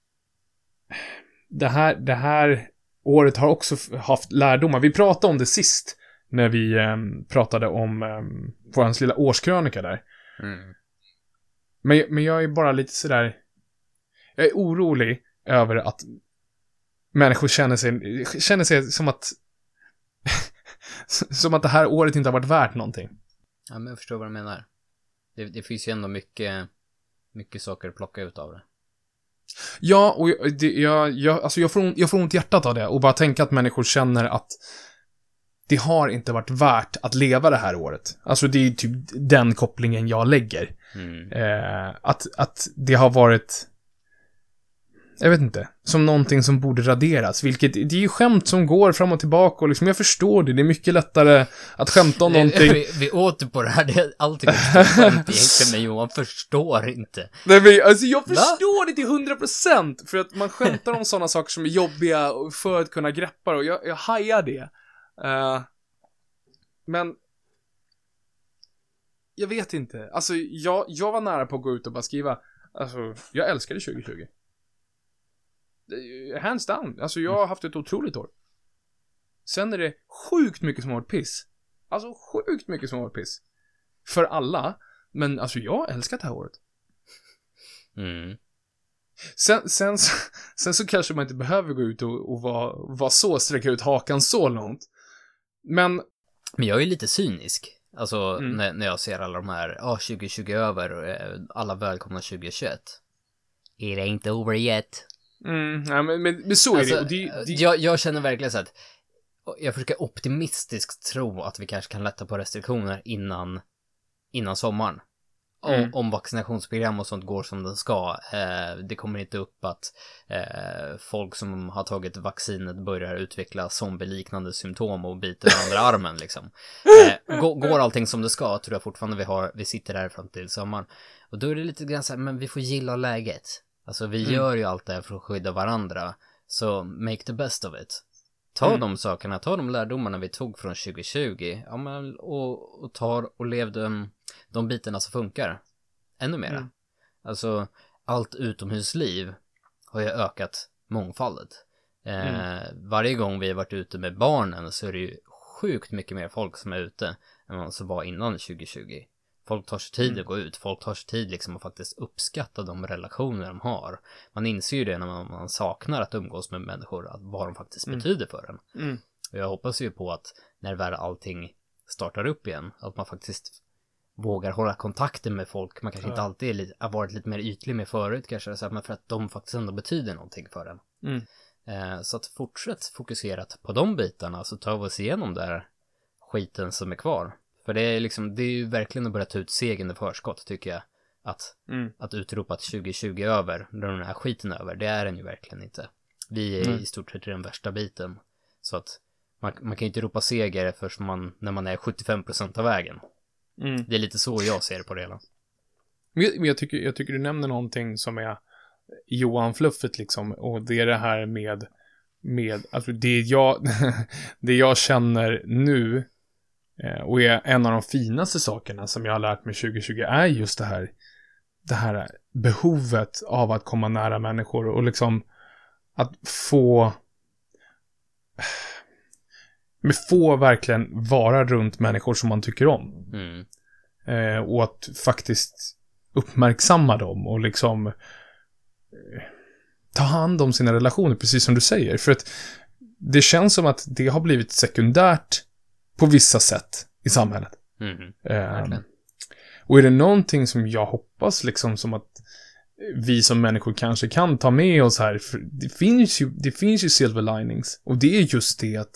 det här, det här året har också haft lärdomar. Vi pratade om det sist när vi eh, pratade om eh, vår lilla årskrönika där. Mm. Men, men jag är bara lite sådär, jag är orolig över att människor känner sig, känner sig som att som att det här året inte har varit värt någonting. Ja, men jag förstår vad du menar. Det, det finns ju ändå mycket mycket saker att plocka ut av det. Ja, och jag, det, jag, jag, alltså jag, får ont, jag får ont hjärtat av det, och bara tänka att människor känner att det har inte varit värt att leva det här året. Alltså det är typ den kopplingen jag lägger. Mm. Eh, att, att det har varit, jag vet inte, som någonting som borde raderas. Vilket, det är ju skämt som går fram och tillbaka, och liksom, jag förstår det. Det är mycket lättare att skämta om någonting. Vi, vi åter på det här, det är alltid ett skämt egentligen, men Johan förstår inte. Nej, men alltså jag förstår det till hundra procent. För att man skämtar om sådana saker som är jobbiga för att kunna greppa det, och jag, jag hajar det. Uh, men jag vet inte. Alltså jag, jag var nära på att gå ut och bara skriva, alltså jag älskade tjugo tjugo. Hands down. Alltså jag har haft ett otroligt år. Sen är det sjukt mycket som har varit piss. Alltså sjukt mycket som har varit piss. För alla. Men alltså jag har älskat det här året. Mm. Sen, sen, sen så kanske man inte behöver gå ut och, och vara, vara så, sträcka ut hakan så långt. Men Men jag är ju lite cynisk. Alltså Mm. när, när jag ser alla de här, ja, ah, tjugo tjugo över, och eh, alla välkomna tjugo tjugoett. Är det inte over yet? Mm, ja, men, men, men så är Alltså, det. Och det, det Jag, jag känner verkligen så att jag försöker optimistiskt tro att vi kanske kan lätta på restriktioner innan innan sommaren. Om, Mm. om vaccinationsprogram och sånt går som det ska. Eh, det kommer inte upp att eh, folk som har tagit vaccinet börjar utveckla zombie-liknande symptom och biter den andra armen liksom. Eh, går, går allting som det ska, tror jag fortfarande vi har, vi sitter där fram till sommaren. Och då är det lite grann så här, men vi får gilla läget. Alltså vi Mm. gör ju allt det här för att skydda varandra. Så make the best of it. Ta Mm. de sakerna, ta de lärdomarna vi tog från tjugo tjugo, ja, men, och, och tar och levde de, de bitarna som funkar ännu mera. Mm. Alltså allt utomhusliv har ju ökat mångfaldet. Eh, Mm. Varje gång vi har varit ute med barnen så är det ju sjukt mycket mer folk som är ute än vad som var innan tjugo tjugo. Folk tar sig tid Mm. att gå ut. Folk tar sig tid liksom att faktiskt uppskatta de relationer de har. Man inser ju det när man, man saknar att umgås med människor, att vad de faktiskt Mm. betyder för en. Mm. Och jag hoppas ju på att när väl allting startar upp igen, att man faktiskt vågar hålla kontakten med folk. Man kanske Ja. inte alltid är lite, har varit lite mer ytlig med förut kanske, så här, men för att de faktiskt ändå betyder någonting för en. Mm. Eh, så att fortsätt fokuserat på de bitarna, så tar vi oss igenom där skiten som är kvar. För det är liksom, det är ju verkligen att börja ta ut segern i förskott, tycker jag. att, Mm. att utropa att tjugo tjugo är över, när den här skiten är över, det är den ju verkligen inte. Vi är Mm. i stort sett i den värsta biten. Så att man, man kan ju inte ropa seger först man, när man är sjuttiofem procent av vägen. Mm. Det är lite så jag ser på det hela. Men jag tycker, jag tycker du nämner någonting som är Johan-fluffet liksom, och det är det här med, med alltså det jag, det jag känner nu eh, och är en av de finaste sakerna som jag har lärt mig tjugo tjugo är just det här, det här behovet av att komma nära människor och liksom att få men få verkligen vara runt människor som man tycker om. Mm. Eh, och att faktiskt uppmärksamma dem och liksom eh, ta hand om sina relationer, precis som du säger. För att det känns som att det har blivit sekundärt på vissa sätt i samhället. Mm. Eh, och är det någonting som jag hoppas liksom som att vi som människor kanske kan ta med oss här, för det finns ju, det finns ju silver linings, och det är just det att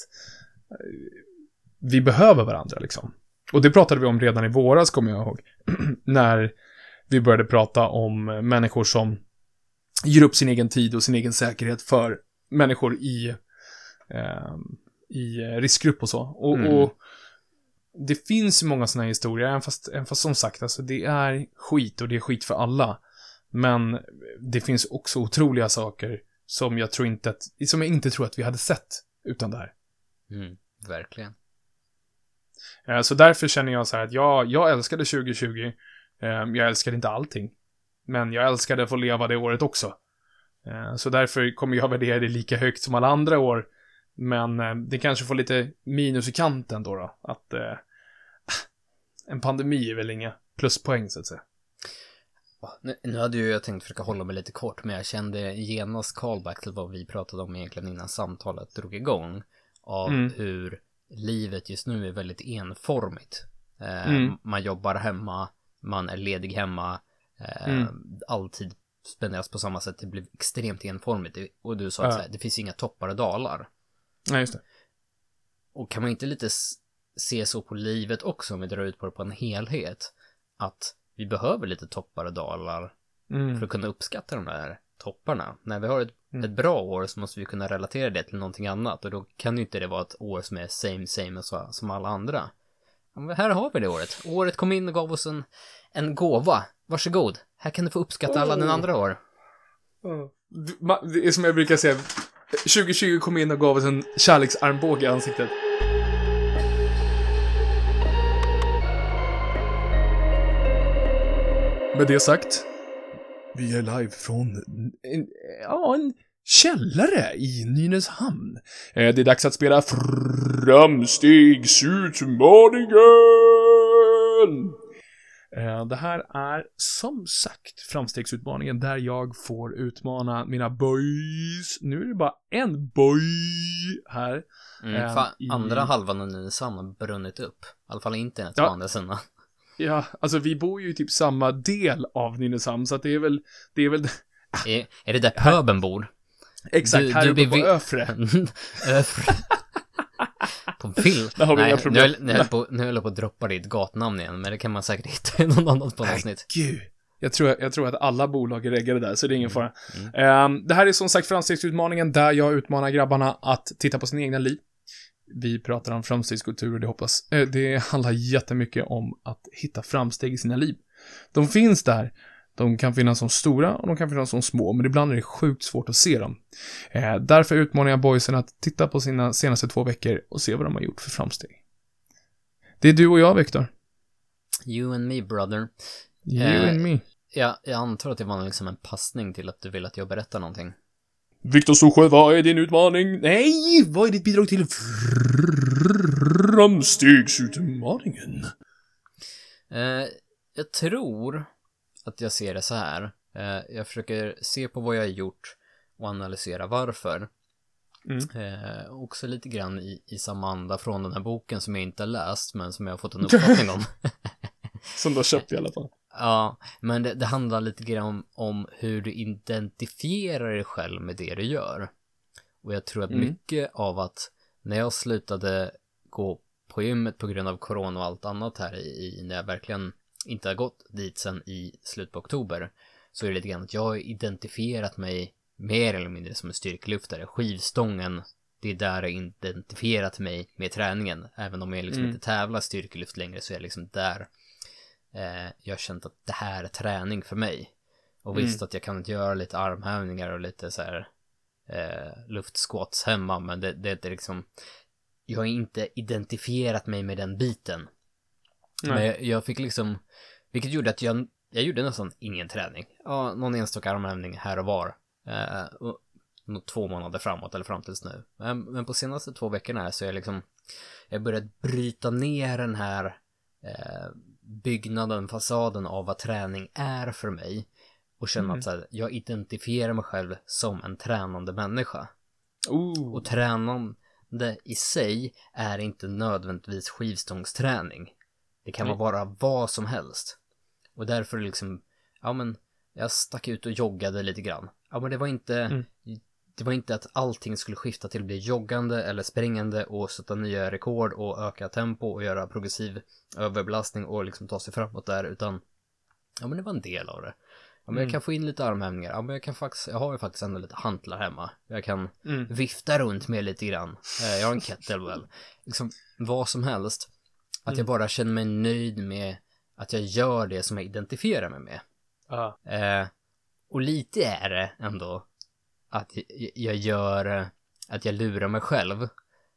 vi behöver varandra liksom. Och det pratade vi om redan i våras, kommer jag ihåg. När vi började prata om människor som ger upp sin egen tid och sin egen säkerhet för människor i eh, i riskgrupp och så. Och, Mm. och det finns ju många såna här historier, även fast, även fast som sagt, alltså det är skit och det är skit för alla. Men det finns också otroliga saker som jag tror inte att, som jag inte tror att vi hade sett utan det här. Mm. Verkligen. Så därför känner jag så här att jag, jag älskade tjugo tjugo. Jag älskade inte allting. Men jag älskade att få leva det året också. Så därför kommer jag värdera det lika högt som alla andra år. Men det kanske får lite minus i kanten då. då att eh, en pandemi är väl inga pluspoäng så att säga. Nu, nu hade ju jag tänkt försöka hålla mig lite kort, men jag kände genast callback till vad vi pratade om egentligen innan samtalet drog igång. Av Mm. hur livet just nu är väldigt enformigt. Eh, Mm. Man jobbar hemma, man är ledig hemma, eh, Mm. alltid spenderas på samma sätt. Det blir extremt enformigt. Och du sa att Ja. så här, det finns inga toppar och dalar. Nej, just det. Och kan man inte lite s- se så på livet också, om vi drar ut på det på en helhet, att vi behöver lite toppar och dalar Mm. för att kunna uppskatta de där topparna. När vi har ett, Mm. ett bra år så måste vi kunna relatera det till någonting annat, och då kan ju inte det vara ett år som är same same så, som alla andra. Ja, men här har vi det året. Året kom in och gav oss en, en gåva. Varsågod. Här kan du få uppskatta alla den andra år. Du- ma- Det är som jag brukar säga, tjugo tjugo kom in och gav oss en kärleksarmbåge i ansiktet. Med det sagt, vi är live från en, ja, en källare i Nynäshamn. Eh, Det är dags att spela Framstegsutmaningen! Eh, Det här är som sagt Framstegsutmaningen där jag får utmana mina boys. Nu är det bara en boy här. Mm, Eh, fa- i- Andra halvan av Nynäshamn har brunnit upp. I alla fall internet på Ja. andra sidan. Ja, alltså vi bor ju i typ samma del av Nynäshamn, så att det är väl, det är väl Är, är det där pöben bor? exakt Du- här du uppe blir på vi- Öfre. Öfre. På film? Där har vi Nej, inga problem. Nu, höll- nu, höll på, nu höll jag på att droppa ditt gatnamn igen, men det kan man säkert hitta i någon annan på Nej, avsnitt. gud. Jag tror, jag tror att alla bolag är reggade där, så det är ingen fara. Mm. Ehm, det här är som sagt Framstegsutmaningen där jag utmanar grabbarna att titta på sina egna liv. Vi pratar om framstegskultur och det hoppas. Eh, det handlar jättemycket om att hitta framsteg i sina liv. De finns där. De kan finnas som stora och de kan finnas som små, men ibland är det sjukt svårt att se dem. Eh, därför utmanar jag boysen att titta på sina senaste två veckor och se vad de har gjort för framsteg. Det är du och jag, Viktor. You and me, brother. You Eh, and me. Ja, jag antar att det var liksom en passning till att du vill att jag berättar någonting. Viktor Sorsjö, vad är din utmaning? Nej, vad är ditt bidrag till framstegsutmaningen? Eh, jag tror att jag ser det så här. Eh, jag försöker se på vad jag har gjort och analysera varför. Mm. Eh, också lite grann i, i samma anda från den här boken som jag inte har läst, men som jag har fått en uppfattning om. Som du har köpt i alla fall. Ja, men det, det handlar lite grann om, om hur du identifierar dig själv med det du gör. Och jag tror att Mm. mycket av att när jag slutade gå på gymmet på grund av corona och allt annat här i, i när jag verkligen inte har gått dit sen i slutet på oktober, så är det lite grann att jag har identifierat mig mer eller mindre som en styrkelyftare. Skivstången, det är där jag identifierat mig med träningen. Även om jag liksom mm. inte tävlar styrkelyft längre, så är jag liksom där eh, jag har känt att det här är träning för mig. Och visst mm. att jag kan inte göra lite armhävningar och lite så här eh, luftsquats hemma, men det, det är liksom, jag har inte identifierat mig med den biten. Nej. Men jag, jag fick liksom, vilket gjorde att jag, jag gjorde nästan ingen träning. Ja, någon enstaka armhävning här och var. Eh, och, nog två månader framåt eller fram tills nu. Men, men på senaste två veckorna här så är jag liksom, jag börjat bryta ner den här eh, byggnaden, fasaden av vad träning är för mig. Och känna mm. att så här, jag identifierar mig själv som en tränande människa. Ooh. Och tränande i sig är inte nödvändigtvis skivstångsträning. Det kan mm. vara vad som helst. Och därför liksom, ja men, jag stack ut och joggade lite grann. Ja men det var inte, mm. det var inte att allting skulle skifta till att bli joggande eller springande och sätta nya rekord och öka tempo och göra progressiv överbelastning och liksom ta sig framåt där, utan ja men det var en del av det. Ja, men jag kan få in lite armhävningar. Ja, men jag kan faktiskt, jag har ju faktiskt ändå lite hantlar hemma. Jag kan mm. vifta runt med lite grann. Eh, jag har en kettlebell. Liksom vad som helst. Att mm. jag bara känner mig nöjd med att jag gör det som jag identifierar mig med. Uh. Eh, och lite är det ändå att jag, jag gör, att jag lurar mig själv.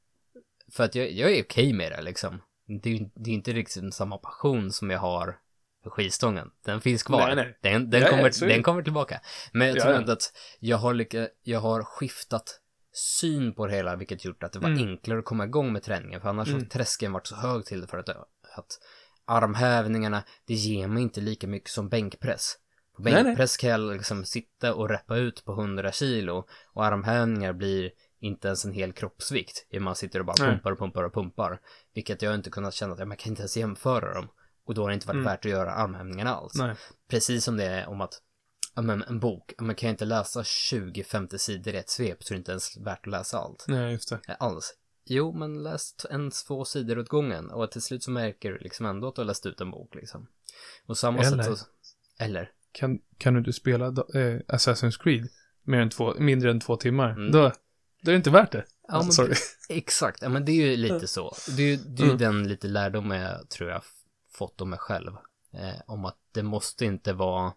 För att jag, jag är okej med det liksom. Det är, det är inte riktigt samma passion som jag har för skivstången. Den finns kvar. Nej, nej. Den, den, ja, kommer, den kommer tillbaka. Men jag tror ja, inte att jag har, lycka, jag har skiftat syn på det hela, vilket gjort att det var mm. enklare att komma igång med träningen. För annars mm. har träsken varit så hög till det, för att, att armhävningarna, det ger mig inte lika mycket som bänkpress. På bänkpress kan jag liksom sitta och reppa ut på hundra kilo, och armhävningar blir inte ens en hel kroppsvikt. Man sitter och bara nej. pumpar och pumpar och pumpar. Vilket jag inte kunnat känna att jag kan inte ens jämföra dem. Och då har det inte varit mm. värt att göra armhävningarna alls. Nej. Precis som det är om att ja, men en bok, man kan inte läsa tjugo femtio sidor i ett svep, så det är inte ens värt att läsa allt. Nej, just det. Alls. Jo, men läs en, två sidor åt gången, och till slut så märker du liksom ändå att du har läst ut en bok liksom. Och samma eller, sätt så, eller kan, kan du inte spela eh, Assassin's Creed mer än två, mindre än två timmar? Mm. Då, då är det inte värt det. Ja, men, sorry. Exakt, ja, men det är ju lite så. Det är ju, det är ju mm. den lite lärdom jag tror jag fått om mig själv. Eh, om att det måste inte vara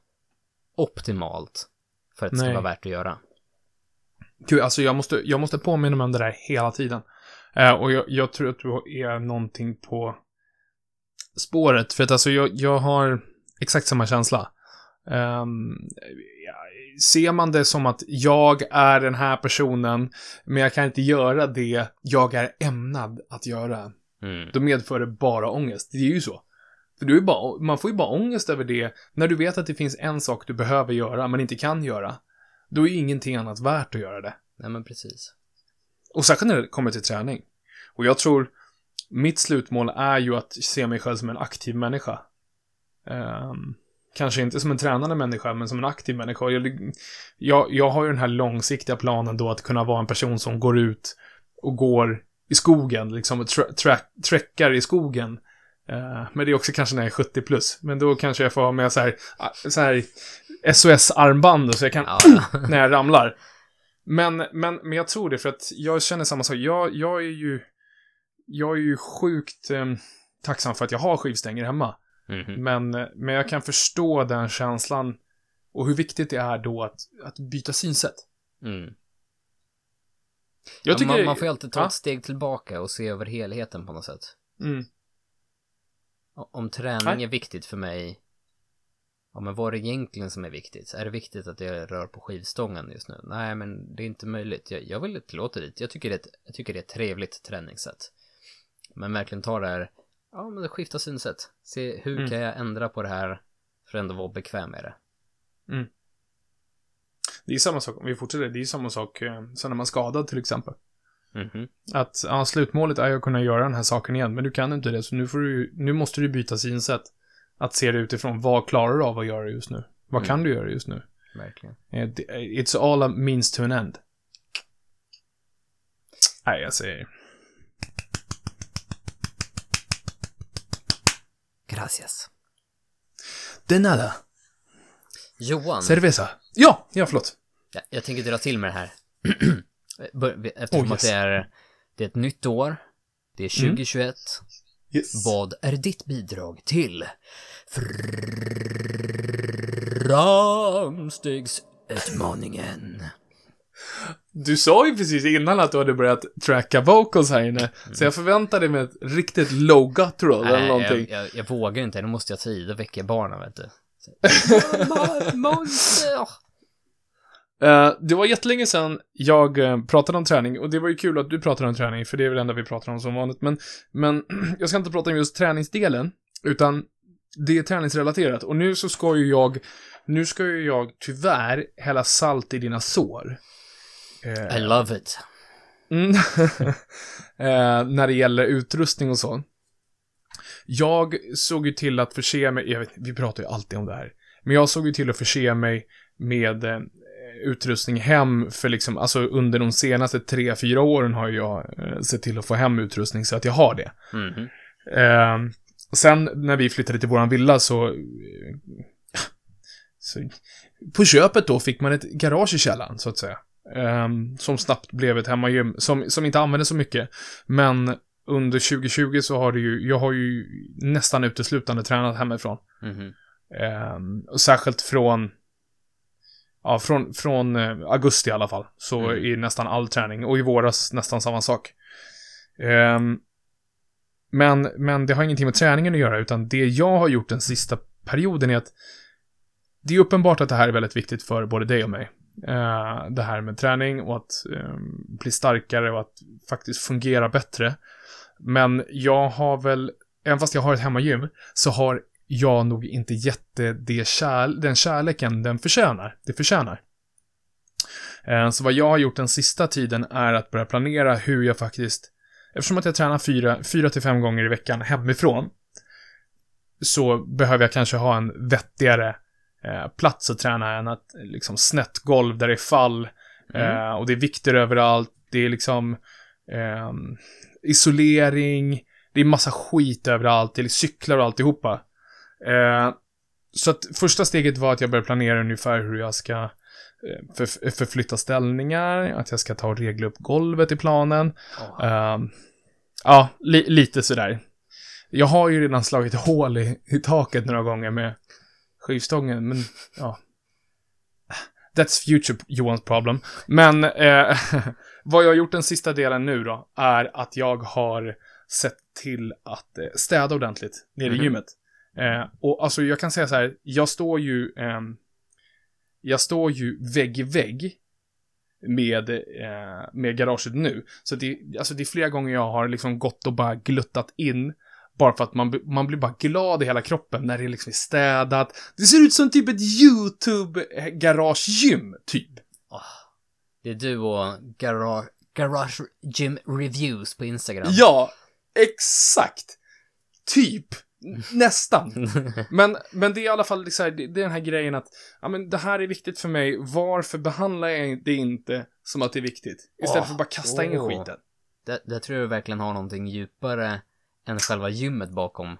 optimalt för att det ska vara värt att göra. Gud, alltså jag måste, jag måste påminna mig om det där hela tiden. Eh, och jag, jag tror att du är någonting på spåret. För att alltså jag, jag har exakt samma känsla. Um, ja, ser man det som att jag är den här personen, men jag kan inte göra det jag är ämnad att göra. Mm. Då medför det bara ångest. Det är ju så. För du är bara, man får ju bara ångest över det när du vet att det finns en sak du behöver göra men inte kan göra. Då är ju ingenting annat värt att göra det. Nej, men precis. Och särskilt när det kommer till träning. Och jag tror mitt slutmål är ju att se mig själv som en aktiv människa. Um, kanske inte som en tränande människa, men som en aktiv människa. Jag, jag, jag har ju den här långsiktiga planen då att kunna vara en person som går ut och går i skogen, liksom tra- tra- träckar i skogen. Uh, men det är också kanske när jag är sjuttio plus. Men då kanske jag får ha med så här, så här S O S-armband så jag kan, ja. när jag ramlar. Men, men, men jag tror det, för att jag känner samma sak. Jag, jag är ju jag är ju sjukt eh, tacksam för att jag har skivstänger hemma. Mm-hmm. Men, men jag kan förstå den känslan och hur viktigt det är då att, att byta synsätt. Mm. Jag tycker, man, man får ju alltid ta ja? ett steg tillbaka och se över helheten på något sätt. Mm. Om träning Nej. är viktigt för mig, ja, men vad är det egentligen som är viktigt? Är det viktigt att jag rör på skivstången just nu? Nej, men det är inte möjligt. Jag, jag vill inte låta dit. Jag tycker, det är ett, jag tycker det är ett trevligt träningssätt. Men verkligen ta det här, ja, men skifta synsätt. Se hur mm. kan jag ändra på det här för att ändå vara bekväm med det. Mm. Det är samma sak, om vi fortsätter, det är samma sak eh, som när man skadad till exempel. Mm-hmm. Att ja, slutmålet är att kunna göra den här saken igen, men du kan inte det, så nu, får du, nu måste du byta synsätt. Att se det utifrån, vad klarar du av att göra just nu? Vad mm. kan du göra just nu? Verkligen. It's all a means to an end. Nej, jag säger... Gracias. De nada. Johan. Cerveza. Ja, ja, förlåt. Ja, jag tänker dra till med det här. Eftersom Oh, yes. att det är, det är ett nytt år. Det är tjugohundratjugoett. Yes. Vad är ditt bidrag till framstegsutmaningen? Du sa ju precis innan att du hade börjat tracka vocals här inne. Mm. Så jag förväntade mig ett riktigt low guttural eller någonting. Jag, jag, jag vågar inte, nu måste jag ta i och väcka barnen, vet du. Monster! Uh, det var jättelänge sedan jag uh, pratade om träning. Och det var ju kul att du pratade om träning, för det är väl det enda vi pratar om som vanligt. Men, men jag ska inte prata om just träningsdelen, utan det är träningsrelaterat. Och nu så ska ju jag Nu ska ju jag tyvärr hälla salt i dina sår. uh, I love it. Mm. uh, När det gäller utrustning och så. Jag såg ju till att förse mig, jag vet, vi pratar ju alltid om det här, men jag såg ju till att förse mig med uh, utrustning hem för liksom, alltså under de senaste tre, fyra åren har jag uh, sett till att få hem utrustning så att jag har det. Mm-hmm. Uh, sen när vi flyttade till våran villa så, uh, så på köpet då fick man ett garage i källaren så att säga. Um, som snabbt blev ett hemmagym som, som inte användes så mycket. Men under tjugo tjugo så har det ju, jag har ju nästan uteslutande tränat hemifrån. Mm-hmm. Um, och särskilt från ja, från, från uh, augusti i alla fall. Så mm. är nästan all träning. Och i våras nästan samma sak. Um, men, men det har ingenting med träningen att göra, utan det jag har gjort den sista perioden är att det är uppenbart att det här är väldigt viktigt för både dig och mig. Uh, det här med träning och att um, bli starkare och att faktiskt fungera bättre. Men jag har väl, även fast jag har ett hemmagym, så har jag nog inte gett det, det kärl- den kärleken den förtjänar. Det förtjänar. Uh, så vad jag har gjort den sista tiden är att börja planera hur jag faktiskt, eftersom att jag tränar fyra, fyra till fem gånger i veckan hemifrån, så behöver jag kanske ha en vettigare Eh, plats att träna än att liksom snett golv där det är fall mm. eh, och det är vikter överallt, det är liksom eh, isolering, det är massa skit överallt, det är cyklar och alltihopa. Eh, så att första steget var att jag började planera ungefär hur jag ska eh, för, förflytta ställningar, att jag ska ta och regla upp golvet i planen. Oh. Eh, ja, li, lite sådär. Jag har ju redan slagit hål i, i taket några gånger med skivstången, men ja. That's future Johans problem. Men eh, vad jag har gjort den sista delen nu då är att jag har sett till att eh, städa ordentligt nere mm-hmm. i gymmet. Eh, och alltså jag kan säga så här, jag står ju eh, jag står ju vägg i vägg med eh, med garaget nu. Så det, alltså det är flera gånger jag har liksom gått och bara gluttat in. Bara för att man, man blir bara glad i hela kroppen när det liksom är städat. Det ser ut som typ ett YouTube-garage-gym, typ. Oh, det är du och garage, garage gym reviews på Instagram. Ja, exakt. Typ. Nästan. men, men det är i alla fall liksom, det, det är den här grejen att ja, men det här är viktigt för mig. Varför behandlar jag det inte som att det är viktigt? Istället oh, för att bara kasta oh. in skiten. Det, det tror jag verkligen har någonting djupare än själva gymmet bakom.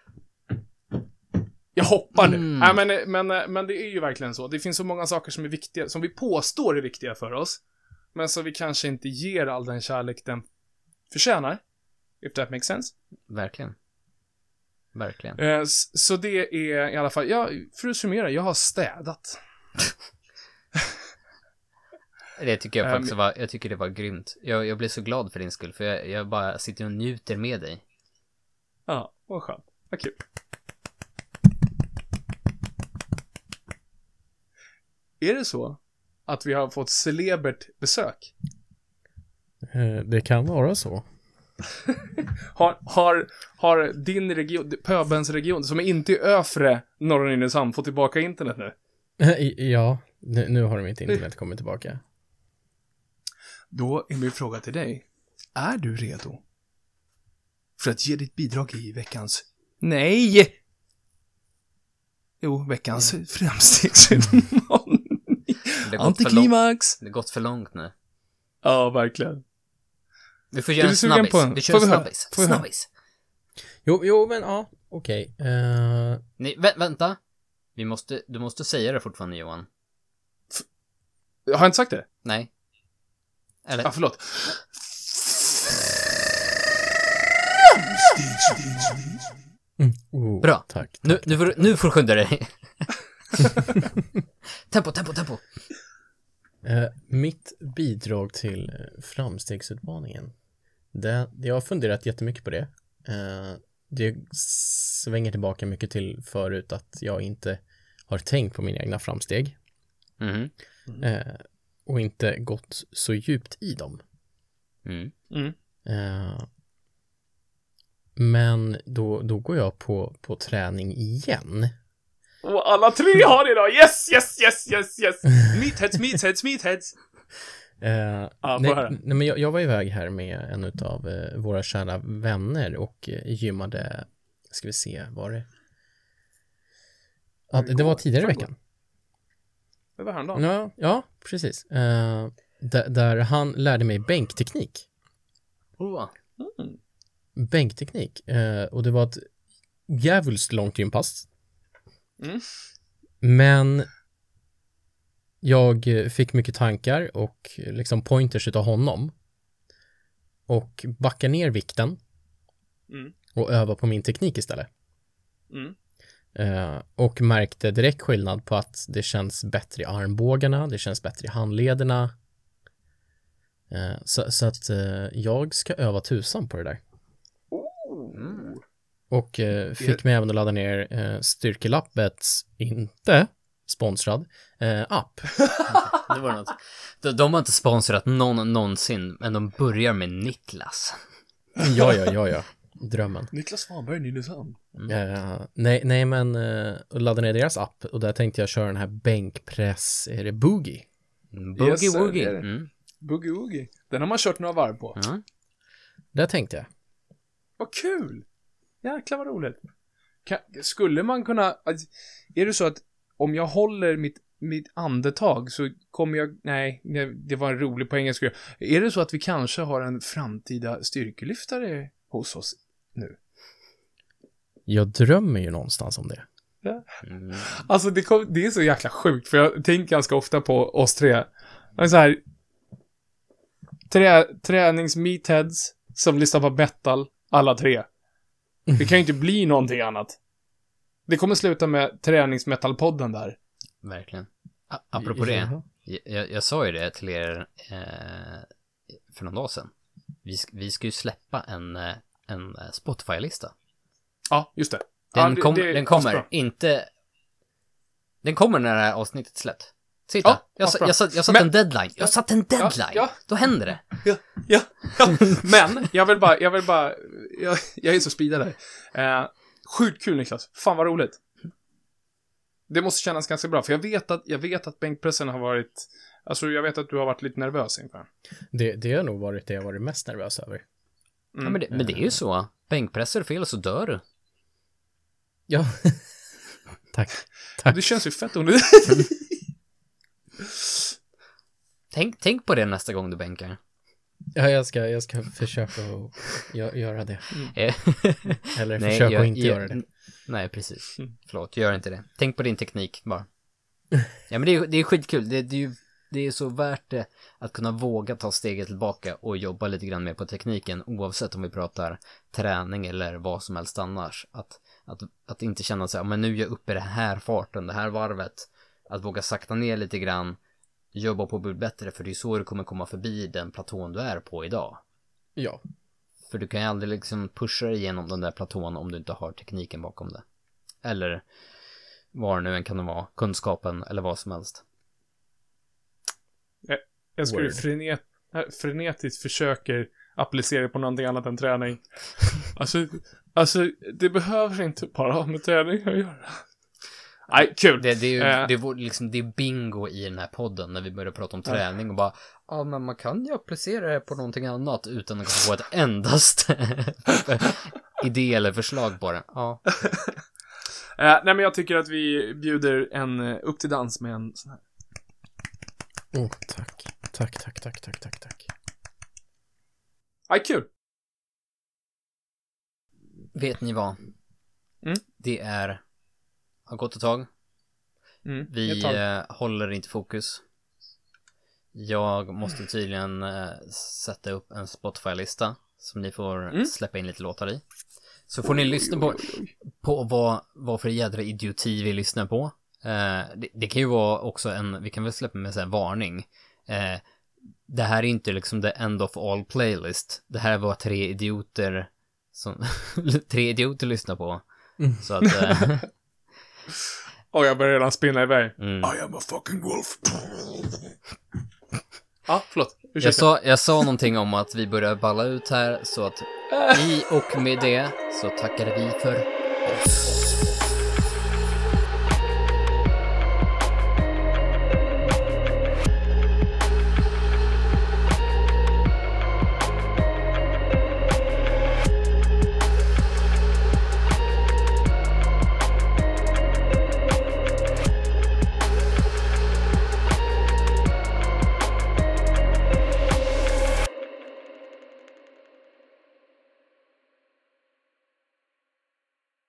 Jag hoppar nu. Mm. Nej, men, men, men det är ju verkligen så. Det finns så många saker som är viktiga, som vi påstår är viktiga för oss, men som vi kanske inte ger all den kärlek den förtjänar. If that makes sense. Verkligen. Verkligen. Eh, så det är i alla fall, ja, för att summera, jag har städat. Det tycker jag faktiskt var, jag tycker det var grymt. Jag, jag blir så glad för din skull, för jag, jag bara sitter och njuter med dig. Ja, vad skönt. Vad kul. Är det så att vi har fått celebert besök? Det kan vara så. har, har, har din region, Pöbens region, som är inte i Öfre, norra Nynäshamn, fått tillbaka internet nu? Ja, nu, nu har de inte internet kommit tillbaka. Då är min fråga till dig. Är du redo för att ge ditt bidrag i veckans... Nej! Jo, veckans mm. framstegsutmaning. Antiklimax. Det har gått för långt nu. Ja, verkligen. Vi får göra en snabbis. En... Vi kör en snabbis. Snabbis. Jo, jo, men ja, okej. Okay. Uh... Nej, vä- vänta. Vi måste, du måste säga det fortfarande, Johan. Har jag inte sagt det? Nej. Eller? Ja, förlåt. Mm. Oh, Bra. Tack. tack Nu, tack. nu, får, nu får du skynda dig. tempo, tempo, tempo. Eh, mitt bidrag till eh, framstegsutmaningen. Det, jag har funderat jättemycket på det. Eh, det svänger tillbaka mycket till förut att jag inte har tänkt på mina egna framsteg. Mm. Eh, och inte gått så djupt i dem. Mm. Mm. Eh, men då, då går jag på, på träning igen. Och alla tre har det idag. Yes, yes, yes, yes, yes. Meatheads, meatheads, meatheads. Eh, Ja, nej, får höra. nej, men jag, jag var iväg här med en av eh, våra kära vänner och eh, gymmade, ska vi se, var det? Ja, det var tidigare i veckan. Det var häromdagen. Ja, ja, precis. Eh, där, där han lärde mig bänkteknik. Oh. Mm. Bänkteknik. Eh, och det var ett jävligt långt gympass. Mm. Men jag fick mycket tankar och liksom pointers utav honom. Och backa ner vikten. Mm. Och öva på min teknik istället. Mm. Eh, och märkte direkt skillnad på att det känns bättre i armbågarna, det känns bättre i handlederna. Eh, så, så att eh, jag ska öva tusan på det där. Oh. Och eh, fick mig även att ladda ner eh, Styrkelabbets, inte sponsrad, eh, app. Det var något. De, de har inte sponsrat någon någonsin, men de börjar med Niklas. Ja, ja, ja, ja. Drömmen. Niklas Svanberg, Nynäshamn. Eh, nej, nej, men eh, ladda ner deras app och där tänkte jag köra den här bänkpress, är det Boogie? Boogie Yes, sir, Woogie. det är det. Mm. Boogie Woogie. Den har man kört några varv på. Ja. Där tänkte jag. Vad kul! Jäklar vad roligt. Kan, skulle man kunna... Är det så att om jag håller mitt, mitt andetag så kommer jag... Nej, det var en rolig på engelska. Är det så att vi kanske har en framtida styrkelyftare hos oss nu? Jag drömmer ju någonstans om det. Mm. Alltså det, kom, det är så jäkla sjukt för jag tänker ganska ofta på oss tre. Det är så här... Trä, tränings-meatheads som lyssnar på metal, alla tre. Det kan ju inte bli någonting annat. Det kommer sluta med träningsmetalpodden där. Verkligen. A- apropå det, Jaha. jag, jag, jag sa ju det till er eh, för någon dag sedan. Vi, sk- vi ska ju släppa en, eh, en eh, Spotify-lista. Ja, just det. Den, ja, det, kom, det, den kommer asbra. inte... Den kommer när det här avsnittet släppt. Titta, Ja, jag, sa- asbra. jag, satt, jag satt Men- en deadline. Jag satt en deadline. Ja, ja. Då händer det. Ja, ja, ja. Men, jag vill bara, jag vill bara, jag, jag är så speedad där. Eh, sjukt kul Niklas. Fan vad roligt. Det måste kännas ganska bra, för jag vet att, jag vet att bänkpressen har varit, alltså jag vet att du har varit lite nervös inför. Det, det har nog varit det jag varit mest nervös över. Mm. Ja, men, det, men det är ju så. Bänkpressar fel så dör du. Ja. Tack. Tack. Det känns ju fett onödigt. Tänk, tänk på det nästa gång du bänkar. Ja, jag ska, jag ska försöka att gö- göra det. Eh, Eller Nej, försöka jag- att inte jag- göra det. Nej, precis. Förlåt, gör inte det. Tänk på din teknik bara. Ja, men det är, det är skitkul. Det, det, är ju, det är så värt det att kunna våga ta steget tillbaka och jobba lite grann mer på tekniken, oavsett om vi pratar träning eller vad som helst annars. Att, att, att inte känna sig, ja, men nu är jag uppe i det här farten, det här varvet. Att våga sakta ner lite grann, jobba på att bli bättre, för det är så du kommer komma förbi den platån du är på idag. Ja. För du kan ju aldrig liksom pusha dig igenom den där platån om du inte har tekniken bakom det. Eller vad det nu än kan vara, kunskapen eller vad som helst. Jag skulle Word. frenet, frenetiskt försöker applicera det på någonting annat än träning. Alltså, alltså det behöver inte bara ha med träning att göra. Nej, kul. Det, det är ju Eh. det är vår, liksom, det är bingo i den här podden när vi börjar prata om träning och bara, ja men man kan ju applicera det på någonting annat utan att få ett endast idé eller förslag på det. Ja. Eh, nej, men jag tycker att vi bjuder en eh, upp till dans med en sån här. Oh, tack. Tack, tack, tack, tack, tack, tack. Nej, kul. Vet ni vad? Mm. Det är har gått ett tag. Mm, Vi eh, håller inte fokus. Jag måste tydligen eh, sätta upp en Spotify-lista som ni får mm. släppa in lite låtar i. Så får ni lyssna på, på vad, vad för jädra idioti vi lyssnar på. Eh, det, det kan ju vara också en, vi kan väl släppa med en varning. Eh, det här är inte liksom the end of all playlist. Det här var tre idioter som tre idioter lyssnar på. Mm. Så att... Eh, och jag börjar redan spinna iväg. Mm. I am a fucking wolf. Ja, förlåt. Jag sa, jag sa någonting om att vi börjar balla ut här, så att i och med det så tackar vi för oss.